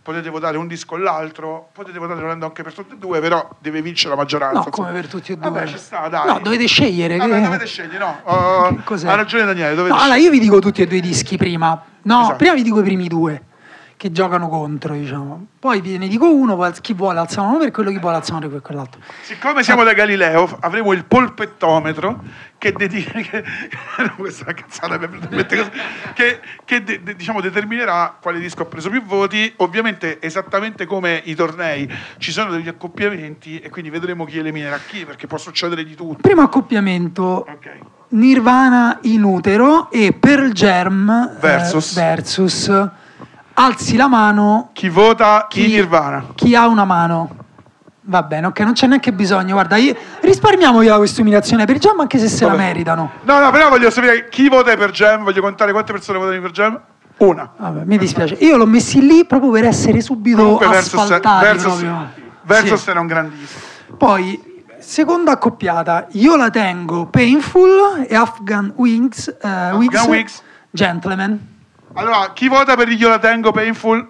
potete votare un disco o l'altro, potete votare volendo anche per tutti e due, però deve vincere la maggioranza. No, come per tutti e due. Vabbè, ci sta, dai. No, dovete scegliere. Vabbè, che... dovete scegliere, no. Oh, Che cos'è? ha ragione Daniele, dovete No, allora io vi dico tutti e due i dischi prima. No, Esatto. prima vi dico i primi due che giocano contro, diciamo. Poi ve ne dico uno, poi chi vuole alza la mano per quello, chi vuole alza la mano per quell'altro. Siccome siamo da Galileo, avremo il polpettometro che, dedica, che questa è una cazzata, che, che de, de, diciamo, determinerà quale disco ha preso più voti. Ovviamente, esattamente come i tornei, ci sono degli accoppiamenti e quindi vedremo chi eliminerà chi, perché può succedere di tutto. Primo accoppiamento, Ok. Nirvana in utero e Pearl Jam Versus. eh, versus. Alzi la mano Chi vota chi, in Nirvana? chi ha una mano. Va bene, ok, non c'è neanche bisogno. Guarda, io, risparmiamogliela questa umiliazione per Jam, anche se se Vabbè. la meritano. No, no, però voglio sapere chi vota per Jam, voglio contare quante persone votano per Jam. Una. Vabbè, mi dispiace. Io l'ho messi lì proprio per essere subito Comunque Versus, asfaltati. Versus, proprio. Versus Sì. era un grandissimo. Poi, seconda accoppiata, io la tengo Painful e Afghan Wings, eh, Wigs, Wigs. Gentleman. Allora, chi vota per Io la tengo Painful?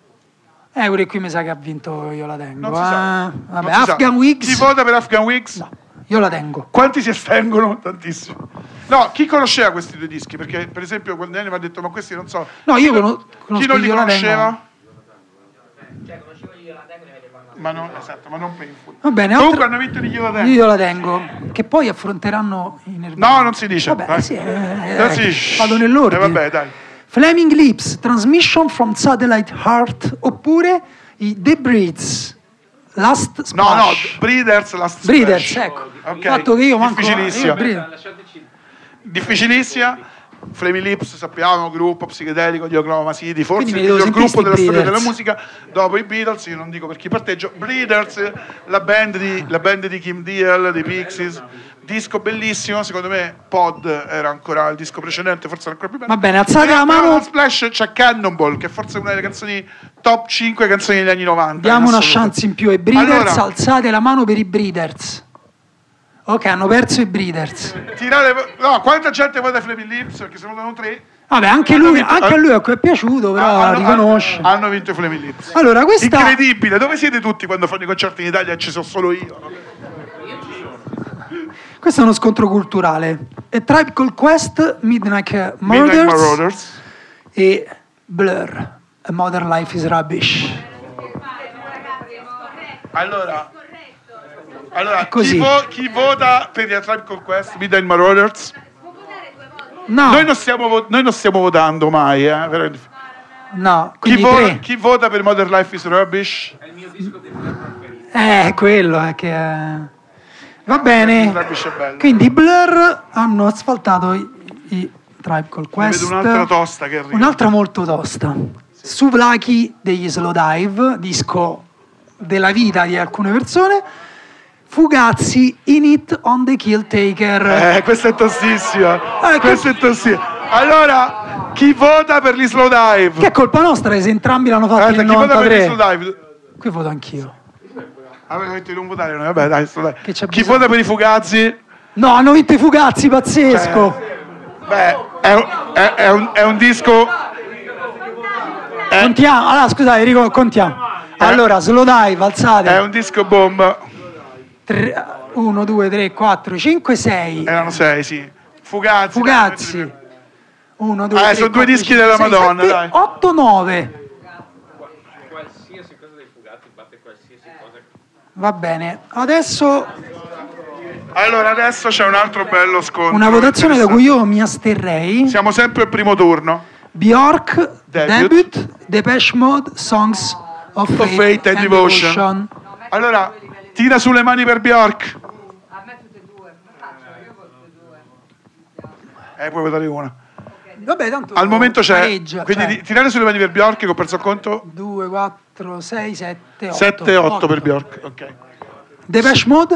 Eh, pure qui mi sa che ha vinto io la tengo. Non si sa. eh. Non Vabbè, si sa. Afghan Wigs. Chi vota per Afghan Wigs? No, io la tengo. Quanti si astengono? Tantissimo. No, chi conosceva questi due dischi? Perché, per esempio, quando Daniele mi ha detto, ma questi non so. No, io Chi cono- non- conosco Chi non li Io la conosceva? Cioè, conoscevo io la tengo e ne avete parlato. Ma non, esatto, ma non Painful. Va bene, Comunque altra- hanno vinto di Io la tengo. io la tengo. Che poi affronteranno i Nirvana. No, non si dice. Vabbè, Vai. sì, eh, Non eh, si dice. vado nell'ordine. Eh, vabbè, dai. Flaming Lips, Transmission from Satellite Heart, oppure i The Breeds, Last No, Splash. no, Breeders, Last Breeders, Splash. ecco. Ok. Il fatto che io manco... Difficilissima. io Breeders. Lasciateci. Difficilissima. Flaming Lips, sappiamo, gruppo psichedelico di Oklahoma City, forse Quindi il mi devo miglior gruppo della sentire storia sti della Breeders. musica, dopo i Beatles, io non dico per chi parteggio. Breeders, la band di, la band di Kim Deal, dei Pixies, disco bellissimo, secondo me Pod era ancora il disco precedente, forse era ancora più bello. Va bene, alzate Però- la però mano. alla Splash c'è Cannonball, che è forse una delle canzoni top cinque canzoni degli anni novanta. Diamo in una assoluto. chance in più ai Breeders, Allora, alzate la mano per i Breeders. Ok, hanno perso i Breeders. tirate, no, quanta gente vota Flaming Lips? Perché se votano tre. Vabbè, anche, Hanno lui, vinto- anche a lui è piaciuto, però hanno, riconosce. hanno- hanno vinto i Flaming Lips. Allora, questa... Incredibile, dove siete tutti quando fanno i concerti in Italia e ci sono solo io? Questo è uno scontro culturale. E Tribe Called Quest, Midnight Murders, Midnight Marauders. e Blur, A Modern Life is Rubbish. Allora, allora così. chi, vo- chi vota per la Tribe Called Quest, Midnight Marauders? No, Noi, non stiamo vo- noi non stiamo votando mai, eh? veramente. no, Chi, quindi vo- tre. chi vota per Modern Life is Rubbish? Eh, quello è che... è- Va bene. Rubbish è bello. Quindi i Blur hanno asfaltato i, i Tribe Called Ne Quest. vedo un'altra tosta che arriva. Un'altra molto tosta. Souvlaki degli Slowdive, disco della vita di alcune persone. Fugazzi, In It on the Kill Taker. Eh, questa è tostissima. Eh, questa è tossissima. Allora, chi vota per gli Slow Dive? Che è colpa nostra se entrambi l'hanno fatto Aspetta, nel chi vota per gli Slow novantatré. Dive? Qui voto anch'io. Avete detto di non votare noi, vabbè, dai, Slow Dive. Che c'è Chi bisogno? vota per i Fugazzi? No, hanno vinto i Fugazzi, pazzesco. Beh, è, un- è- è un, è un disco. È, Contiamo, allora scusate, Rico, contiamo. Allora, Slowdive, alzate. è un disco bomba. uno, due, tre, quattro, cinque, sei. Erano sei, sì. Fugazzi. Fugazzi. uno, due, Eh, tre, sono due quattro, dischi cinque, della sei, Madonna, sette, dai. otto, nove. Qualsiasi cosa dei Fugazzi batte qualsiasi cosa. Va bene. Adesso Allora, adesso c'è un altro bello scontro. una votazione da cui interessante. io mi asterrei. Siamo sempre al primo turno. Bjork, Debut. Debut, Depeche Mode, Songs of Of Fate, Fate and Devotion. Allora, tira sulle mani per Bjork. A me tutte e due, come faccio? Io voto tutte e due. Eh, puoi votare una. Vabbè, tanto Al momento c'è. pareggia, Quindi cioè, ti- tirare sulle mani per Bjork, che ho perso il conto. due, quattro, sei, sette, otto. sette e otto per Bjork. Ok. Depeche Mode?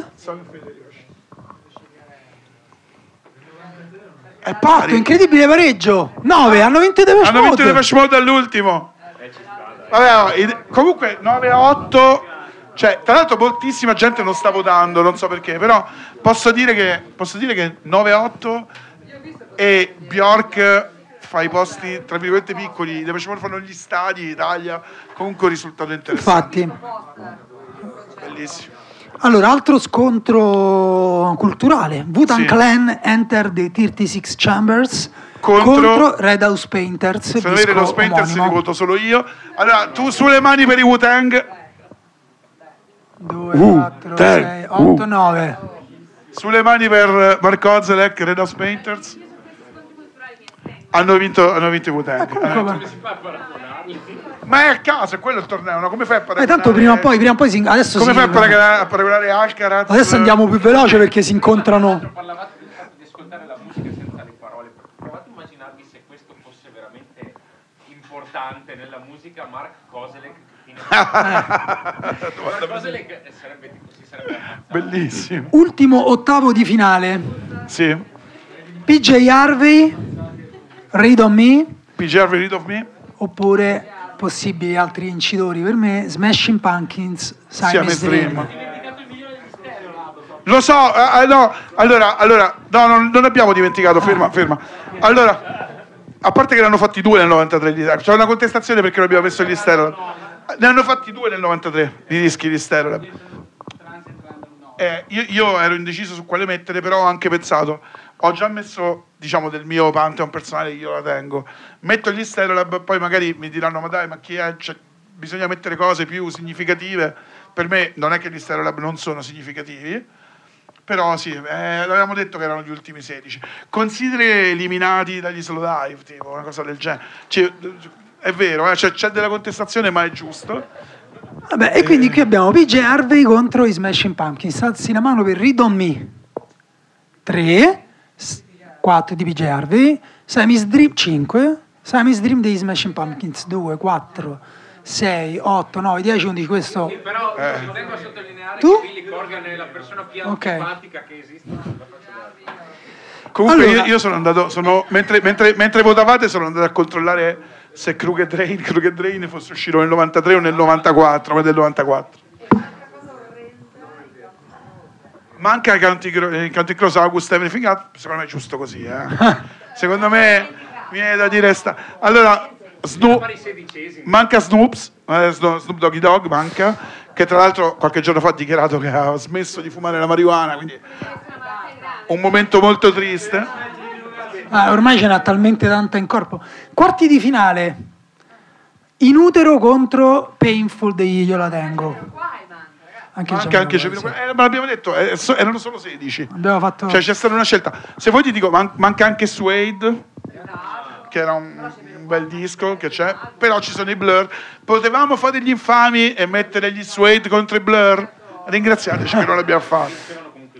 È Fatto, pari. incredibile pareggio. nove, hanno vinto i Depeche Hanno Mode. vinto Depeche Mode all'ultimo. Vabbè, no, i- comunque nove a otto. Cioè, tra l'altro moltissima gente non sta votando, non so perché, però posso dire che, posso dire che nove a otto e Bjork fa i posti tra virgolette piccoli, Depeche Mode fanno gli stadi in Italia, comunque un risultato interessante. Infatti. Bellissimo. Allora, altro scontro culturale. Wu-Tang Sì. Clan Enter the trentasei Chambers Contro- contro Red House Painters. Se non disco avete lo Painters li omonimo. voto solo io. Allora, tu sulle mani per i Wu-Tang, due, quattro, sei, otto, nove. sulle mani per Marco Ozelek, Red House Painters. Hanno vinto, hanno vinto i Wu-Tang. Hanno vinto. Ma è a caso, è quello il torneo, no? Come fai a Eh, paragonare? tanto prima o poi, prima o poi si, adesso Come si- fai a paragonare, a paragonare Alcaraz? Adesso andiamo più veloce perché si incontrano. Parlavate del fatto di ascoltare la musica senza le parole. Provate a immaginarvi se questo fosse veramente importante nella musica. Mark Kozelek. Mark Kozelek sarebbe tipo, si sarebbe ammazzato. Bellissimo. Ultimo ottavo di finale. Sì. P J Harvey, Read on Me, P J Harvey, Read of Me. oppure possibili altri vincitori per me, Smashing Pumpkins, Siamese Siamese Dream. Dream. Lo so, eh, eh, no, allora, allora no, non, non abbiamo dimenticato, ferma, ferma. Allora, a parte che ne hanno fatti due nel novantatré, di- c'è una contestazione perché non abbiamo messo gli Stereolab. Ne hanno fatti due nel novantatré, di dischi di Stereolab. Eh, io, io ero indeciso su quale mettere, però ho anche pensato, ho già messo, diciamo, del mio Pantheon personale, io la tengo. Metto gli Stereolab, poi magari mi diranno, ma dai, ma chi è? Cioè, bisogna mettere cose più significative. Per me non è che gli Stereolab non sono significativi, però sì, eh, l'avevamo detto che erano gli ultimi sedici. Consideri eliminati dagli Slow Dive, tipo una cosa del genere. Cioè, è vero, eh, cioè, c'è della contestazione, ma è giusto. Vabbè, e quindi qui abbiamo P J Harvey contro i Smashing Pumpkins. Alzi la mano per Read on Me. tre, quattro di P J Harvey, Siamese Dream cinque, Siamese Dream dei Smashing Pumpkins due, quattro, sei, otto, nove, dieci, undici. Questo Però Eh. ci tengo a sottolineare Tu? che Billy Corgan è la persona più Ok. antipatica che esiste sulla faccia della terra. Comunque Allora- io, io sono andato, sono, mentre, mentre, mentre votavate sono andato a controllare se Crooked Rain, Crooked Rain fosse uscito nel novantatré o nel novantaquattro, ma del novantaquattro. Manca County, Cro- eh, County Cross August Everything Up, secondo me è giusto così, eh. Secondo me mi viene da dire sta. Allora, Snoop, Pari sedicesimi. manca Snoops, eh, Sno- Snoop Doggy Dogg manca, che tra l'altro qualche giorno fa ha dichiarato che ha smesso di fumare la marijuana, quindi un momento molto triste. ah, ormai ce n'ha talmente tanta in corpo. Quarti di finale. In utero contro Painful degli Io la tengo. Anche Manca Giacomo anche Poi, Cepino, sì. eh, ma l'abbiamo detto, eh, so- erano solo sedici. Abbiamo fatto Cioè c'è stata una scelta. Se vuoi ti dico, man- manca anche Suede, che era un, un bel disco che c'è, però ci sono i Blur. Potevamo fare gli infami e mettere gli Suede contro i Blur? Ringraziateci che non l'abbiamo fatto.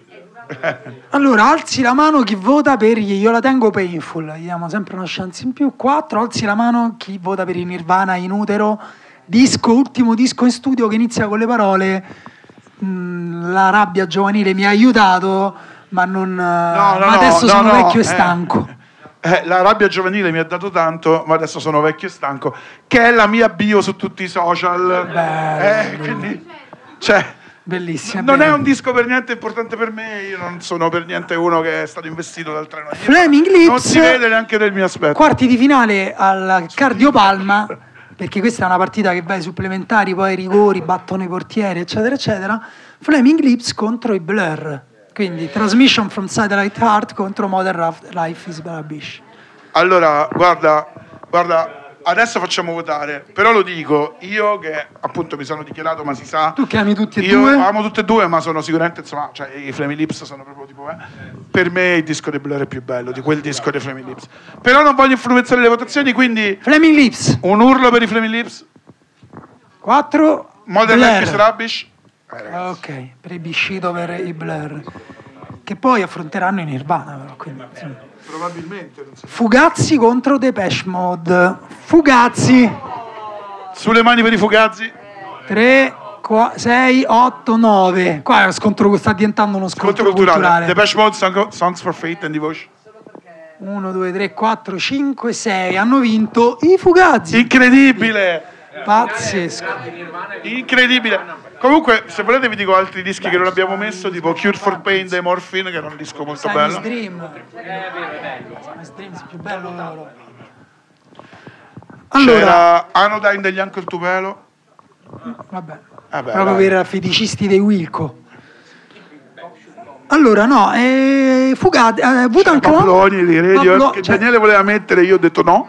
Allora, alzi la mano chi vota per gli Io la tengo Painful, gli diamo sempre una chance in più. quattro, alzi la mano chi vota per i Nirvana in utero, disco, ultimo disco in studio che inizia con le parole "Mm, la rabbia giovanile mi ha aiutato, ma non No, no, ma no, adesso no, sono no, vecchio e eh. stanco". Eh, la rabbia giovanile mi ha dato tanto, ma adesso sono vecchio e stanco, che è la mia bio su tutti i social. Bello. Eh, quindi, cioè, Bellissimo. non è bene. un disco per niente importante per me, io non sono per niente uno che è stato investito dal treno. Flaming Non Lips, si vede neanche nel mio aspetto. quarti di finale al Cardiopalma, perché questa è una partita che va ai supplementari, poi ai rigori, battono i portieri, eccetera, eccetera. Flaming Lips contro i Blur. Quindi Transmission from Satellite Heart contro Modern Life is Rubbish. Allora, guarda, guarda, adesso facciamo votare, però lo dico, io che appunto mi sono dichiarato, ma si sa, Tu che ami tutti e io due? amo tutte e due, ma sono sicuramente, insomma, cioè i Flaming Lips sono proprio tipo, eh, per me il disco dei Blur è più bello di quel disco dei Flaming Lips. Però non voglio influenzare le votazioni, quindi Flaming Lips. un urlo per i Flaming Lips, quattro. Modern Blur. Life is Rubbish. Eh, ragazzi. Ok, plebiscito per i Blur. Che poi affronteranno i Nirvana, però, quindi, insomma. Probabilmente, non so. Fugazzi contro Depeche Mode. Fugazzi. Sulle mani per i Fugazzi. tre, sei, otto, nove. Qua è uno scontro, sta diventando uno scontro, Scontro culturale. culturale. Depeche Mode, Song- Songs for Faith and Devotion. uno, due, tre, quattro, cinque, sei. Hanno vinto i Fugazzi. Incredibile! Pazzesco. Incredibile. Comunque, se volete vi dico altri dischi che non abbiamo messo, tipo Cure for Pain dei Morphine, che era un disco molto Siamese bello. Dream. Siamese Dream è più bello loro. Allora, c'era Anodyne degli Uncle Tupelo. vabbè, Vabbè, proprio dai. per feticisti dei Wilco. Allora, no, eh, Fugati, eh, Wu-Tang Clan. Pabloni di Radio Pablo- che cioè- Daniele voleva mettere, io ho detto no.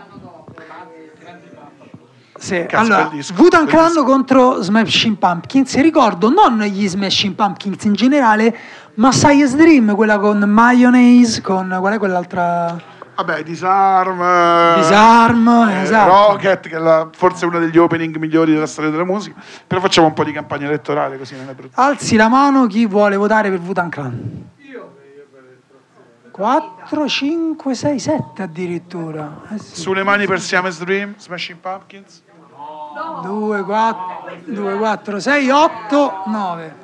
Sì, Cazzo, allora, bel disco, Wu-Tang bel Clan disco. contro Smashing Pumpkins. E ricordo non gli Smashing Pumpkins in generale, ma Science Dream, quella con Mayonnaise, con qual è quell'altra? Vabbè, Disarm, eh, Disarm, eh, esatto. Rocket, che è la- forse uno degli opening migliori della storia della musica. Però facciamo un po' di campagna elettorale, così non è brutto. Alzi la mano chi vuole votare per Wu-Tang Clan. quattro, cinque, sei, sette addirittura. Eh sì. Sulle mani per Siamese Dream, Smashing Pumpkins. due, quattro, due, quattro, sei, otto, nove.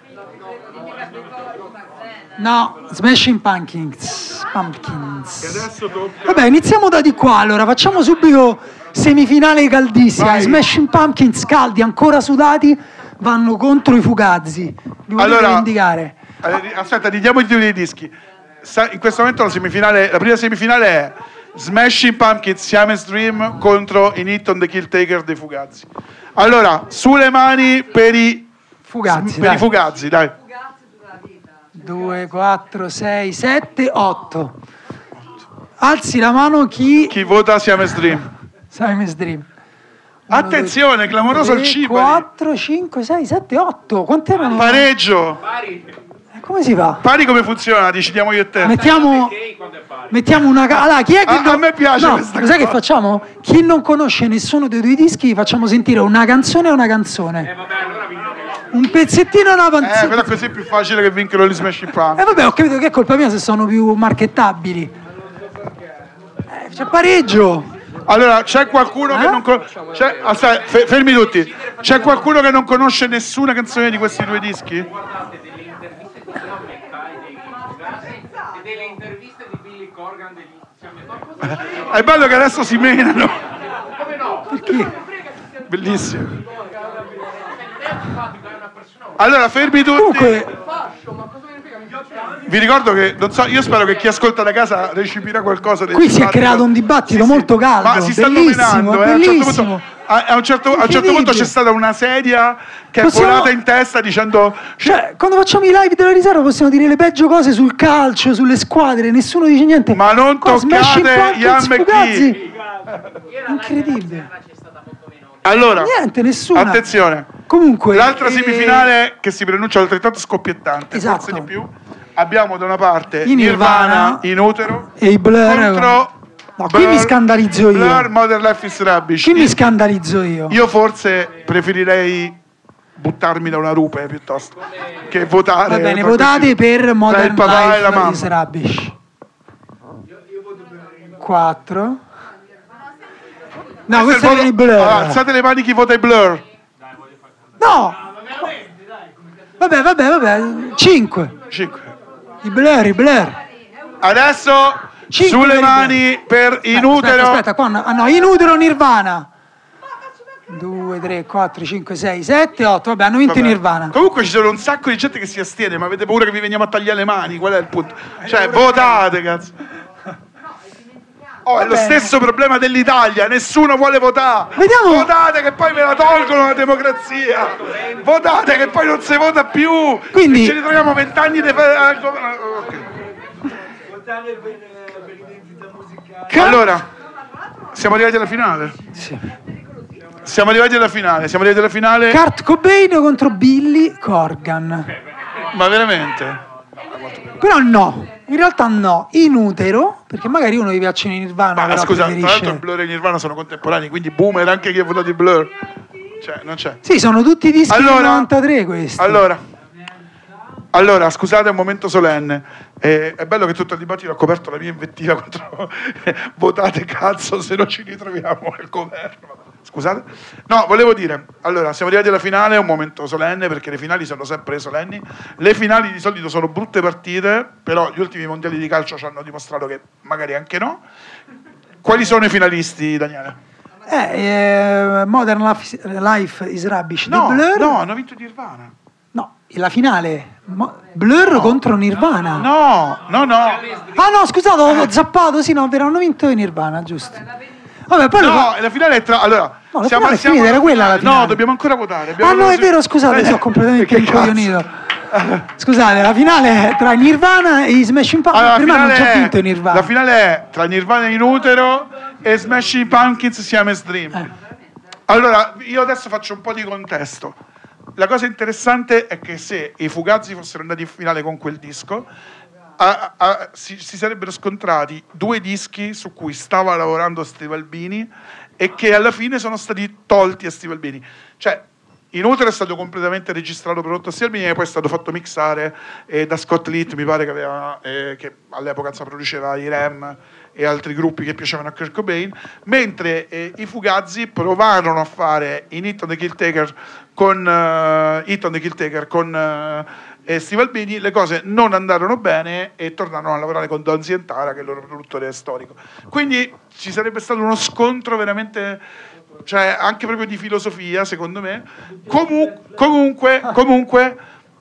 No, Smashing Pumpkins. Pumpkins. E adesso tocca. Vabbè, iniziamo da di qua. Allora, facciamo subito semifinale caldissima. Vai. I Smashing Pumpkins caldi, ancora sudati, vanno contro i Fugazi. Li volete Allora- vendicare? Eh, Aspetta, diamo i titoli dei dischi. Sa- In questo momento la semifinale, la prima semifinale è Smashing Pumpkins, Siamese Dream contro i Nitton The Kill Taker dei Fugazzi. Allora, sulle mani per i Fugazi, per dai. i Fugazzi, dai. due, quattro, sei, sette, otto. Alzi la mano chi... Chi vota Siamese Dream? Siamese Dream. Attenzione, clamoroso il Cipari. quattro, cinque, sei, sette, otto. Quanti erano? Pareggio. Eh, Come si fa? Pari come funziona? Decidiamo io e te. Mettiamo, mettiamo una... ca- Allora, chi è che A- a me piace no, questa sai che cosa. facciamo? Chi non conosce nessuno dei due dischi, facciamo sentire una canzone e una canzone. Un pezzettino e una Eh, canzone. però così è più facile che vincono gli Smashing E Pumpkins. vabbè, ho capito che è colpa mia se sono più marchettabili. Eh, c'è pareggio. Allora, c'è qualcuno che Eh? non conosce. Aspetta, fe- fermi tutti. C'è qualcuno che non conosce nessuna canzone di questi due dischi? Guardate delle interviste di Tom McTighe dei Fugazzi e delle interviste di Billy Corgan degli Siamese Dream. È bello che adesso si menano. Come no? Perché? Bellissimo. Allora, fermi tutti. Comunque, Vi ricordo che, non so, io spero che chi ascolta da casa recepirà qualcosa del qui si è dibattito. creato un dibattito molto caldo. Ma si stanno Bellissimo, menando, eh. A un certo bellissimo. punto, a, a un certo, a un certo punto Incredibile. c'è stata una sedia che Possiamo- è volata in testa dicendo Cioè, quando facciamo i live della riserva possiamo dire le peggio cose sul calcio, sulle squadre, nessuno dice niente. ma non Qua, Smashing toccate Pumpkins, Ian Fugazi. McGee. Incredibile. Allora, Niente, nessuna. attenzione. Comunque, L'altra eh, semifinale che si preannuncia altrettanto scoppiettante, Esatto. forse di più. Abbiamo da una parte I Nirvana, Nirvana in utero e i Blur. contro No, qui mi scandalizzo io. Blur, Modern Life is Rubbish. Qui mi scandalizzo io. Io forse preferirei buttarmi da una rupe piuttosto che votare. Va bene, tra votate questi- per tra Modern il papà e la Life mamma. is Rubbish. quattro. No, Questo questo è è il i voto- Blur. Allora, alzate le mani chi vota i Blur. No. Vabbè, vabbè, vabbè. cinque. cinque. I Blur, i Blur. Adesso Cinque sulle per i mani per Aspetta, inutero. Aspetta, aspetta, qua no, ah, no, in utero Nirvana. due, tre, quattro, cinque, sei, sette, otto. Vabbè, hanno vinto i Vabbè. Nirvana. Comunque ci sono un sacco di gente che si astiene, ma avete paura che vi veniamo a tagliare le mani? Qual è il punto? Cioè, votate, cazzo. Oh, è lo bene. stesso problema dell'Italia, nessuno vuole votare. Vediamo. Votate che poi ve la tolgono la democrazia. Votate che poi non si vota più. Quindi- E ci ritroviamo vent'anni di... fa- eh, ok. Allora, siamo arrivati alla finale. Sì. Siamo arrivati alla finale, siamo arrivati alla finale. Kurt Cobain contro Billy Corgan. Ma veramente? Però no, in realtà no, in utero, perché magari uno gli piacciono i Nirvana, Ma però scusa, tra preferisce... l'altro Blur e Nirvana sono contemporanei, quindi boomer anche chi ha votato i Blur. Cioè, non c'è. Sì, sono tutti dischi del Allora- novantatré questi. Allora, allora, scusate, è un momento solenne. Eh, è bello che tutto il dibattito ha coperto la mia invettiva contro votate cazzo se non ci ritroviamo al governo. Scusate. No, volevo dire, allora, siamo arrivati alla finale, è un momento solenne perché le finali sono sempre solenni. Le finali di solito sono brutte partite, però gli ultimi mondiali di calcio ci hanno dimostrato che magari anche no. Quali sono i finalisti, Daniele? Eh, eh, Modern Life, Life is Rubbish No, di Blur. no, hanno vinto Nirvana. No, la finale. Mo- Blur contro Nirvana. No, no, no. Ah no, scusate, ho zappato, sì, no, vero, hanno vinto i Nirvana, giusto. Vabbè, poi no, lo... la finale è tra... Allora, no, la siamo, finale è siamo finita, era quella la finale. No, dobbiamo ancora votare. Ah no, è così... vero, scusate, sono completamente incoglionito. Scusate, la finale è tra Nirvana e i Smashing Pumpkins. Allora, Prima hanno già è... vinto Nirvana. La finale è tra Nirvana in utero e Smashing Pumpkins Siamese Dream. Eh. Allora, io adesso faccio un po' di contesto. La cosa interessante è che se i Fugazi fossero andati in finale con quel disco, a, a, si, si sarebbero scontrati due dischi su cui stava lavorando Steve Albini e che alla fine sono stati tolti a Steve Albini. Cioè, in utero è stato completamente registrato, prodotto a Steve Albini e poi è stato fatto mixare eh, da Scott Litt, mi pare che, aveva, eh, che all'epoca insomma, produceva i Rem e altri gruppi che piacevano a Kurt Cobain, mentre eh, i Fugazi provarono a fare in Hit on the Kill Taker con, uh, Hit on the Kill Taker con uh, Steve Albini, le cose non andarono bene e tornarono a lavorare con Don Zientara, che è il loro produttore storico. Quindi ci sarebbe stato uno scontro veramente, cioè anche proprio di filosofia, secondo me. Comu- comunque, comunque,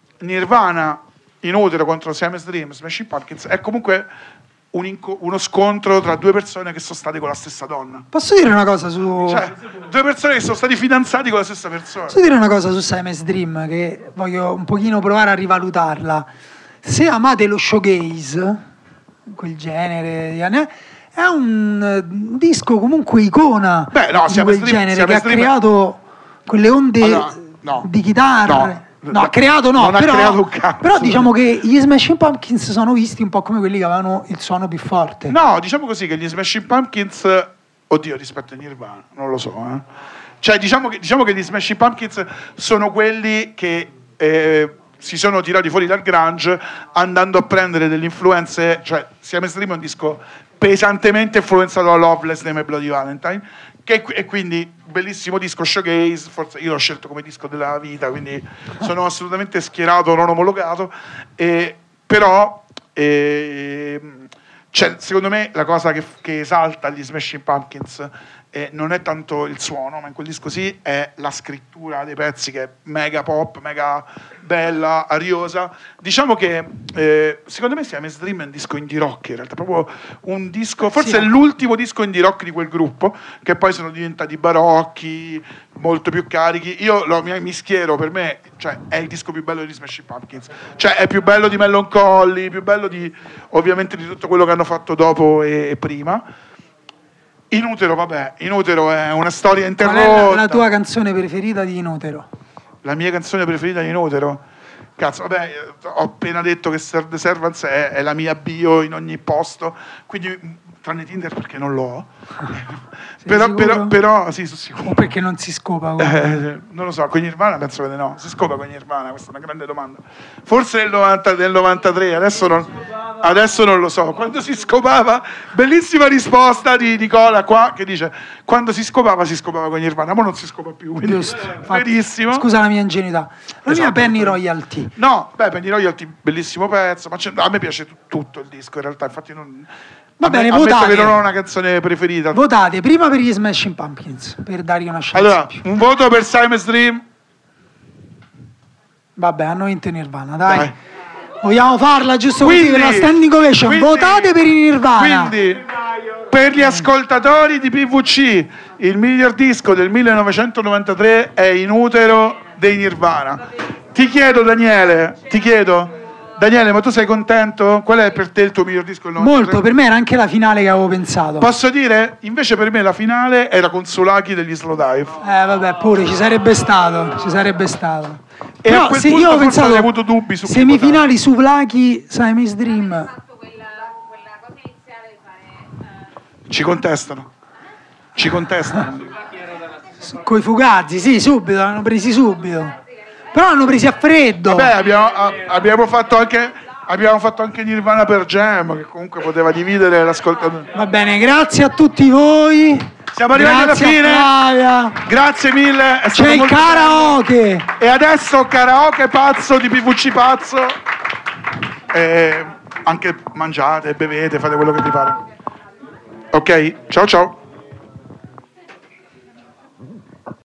Nirvana in utero contro Siamese Dream, Smashing Pumpkins è comunque un inco- uno scontro tra due persone che sono state con la stessa donna. Posso dire una cosa su... Cioè, due persone che sono stati fidanzati con la stessa persona. Posso dire una cosa su Siamese Dream che voglio un pochino provare a rivalutarla. Se amate lo shoegaze, quel genere di anni, è un disco comunque icona Beh, no, di quel Dream, genere che ha Dream... creato quelle onde allora, no, di chitarre. No. No, ha creato no, non però, ha creato un cazzo. Però diciamo che gli Smashing Pumpkins sono visti un po' come quelli che avevano il suono più forte. No, diciamo così che gli Smashing Pumpkins, oddio, rispetto a Nirvana, non lo so, eh. Cioè diciamo che, diciamo che gli Smashing Pumpkins sono quelli che eh, si sono tirati fuori dal grunge andando a prendere delle influenze, cioè Siamese Dream è un disco pesantemente influenzato da Loveless dei My Bloody Valentine, che, e quindi bellissimo disco showcase, forse io l'ho scelto come disco della vita, quindi sono assolutamente schierato, non omologato, e, però eh, cioè, secondo me la cosa che, che esalta gli Smashing Pumpkins eh, non è tanto il suono, ma in quel disco sì, è la scrittura dei pezzi che è mega pop, mega bella, ariosa. Diciamo che eh, secondo me Siamese Dream è un disco indie rock in realtà, proprio un disco, forse sì, è l'ultimo disco indie rock di quel gruppo, che poi sono diventati barocchi, molto più carichi. Io lo, mi, mi schiero, per me, cioè, è il disco più bello di Smashing Pumpkins, cioè è più bello di Melancholy, più bello di ovviamente di tutto quello che hanno fatto dopo e, e prima. In utero, vabbè, In utero è una storia interrotta. Qual è la, la tua canzone preferita di In utero? La mia canzone preferita di In utero? Cazzo, vabbè, ho appena detto che Serve the Servants è, è la mia bio in ogni posto, quindi tranne Tinder perché non l'ho. però, però, però, sì, sono sicuro. O perché non si scopa? Eh, non lo so, con Nirvana penso che no. Si scopa con Nirvana? Questa è una grande domanda. Forse nel, novanta, nel novantatré, adesso non, adesso non lo so. Quando si scopava, bellissima risposta di Nicola qua che dice: quando si scopava, si scopava con Nirvana, ma non si scopa più. Quindi, verissimo. Scusa la mia ingenuità. La Esatto. mia Penny Royalty. No, beh, Penny Royalty, bellissimo pezzo, ma a me piace t- tutto il disco in realtà, infatti non... Va a bene, me, votate. ammetto che non ho una canzone preferita. Votate prima per gli Smashing Pumpkins, per dargli una chance. Allora, più. un voto per Siamese Dream. Vabbè, hanno vinto Nirvana, dai. Dai. Vogliamo farla giusto Quindi, così per la standing ovation. quindi- Votate per i Nirvana. Quindi, per gli ascoltatori di P V C, il miglior disco del millenovecentonovantatré è In utero dei Nirvana. Ti chiedo, Daniele, ti chiedo, Daniele, ma tu sei contento? Qual è per te il tuo miglior disco del novantatré? Molto, per me era anche la finale che avevo pensato. Posso dire? Invece per me la finale era con Sulaki degli Slowdive. Eh vabbè, pure ci sarebbe stato, ci sarebbe stato. E a Però quel se punto io ho forse pensato avrei avuto dubbi su chi semifinali su Vlachi, Siamese Dream. fatto quella, quella cosa iniziale di fare eh, Ci contestano. Ci contestano. Coi Fugazi, sì, subito, l'hanno presi subito. Però l'hanno presi a freddo. Beh, abbiamo, a- abbiamo fatto anche abbiamo fatto anche Nirvana per Jam, che comunque poteva dividere l'ascoltatore. Va bene, grazie a tutti voi. Siamo arrivati Grazie alla fine. a Flavia. Grazie mille. è stato C'è il molto karaoke. bello. E adesso karaoke pazzo di P V C pazzo. E anche mangiate, bevete, fate quello che vi pare. Ok, ciao ciao.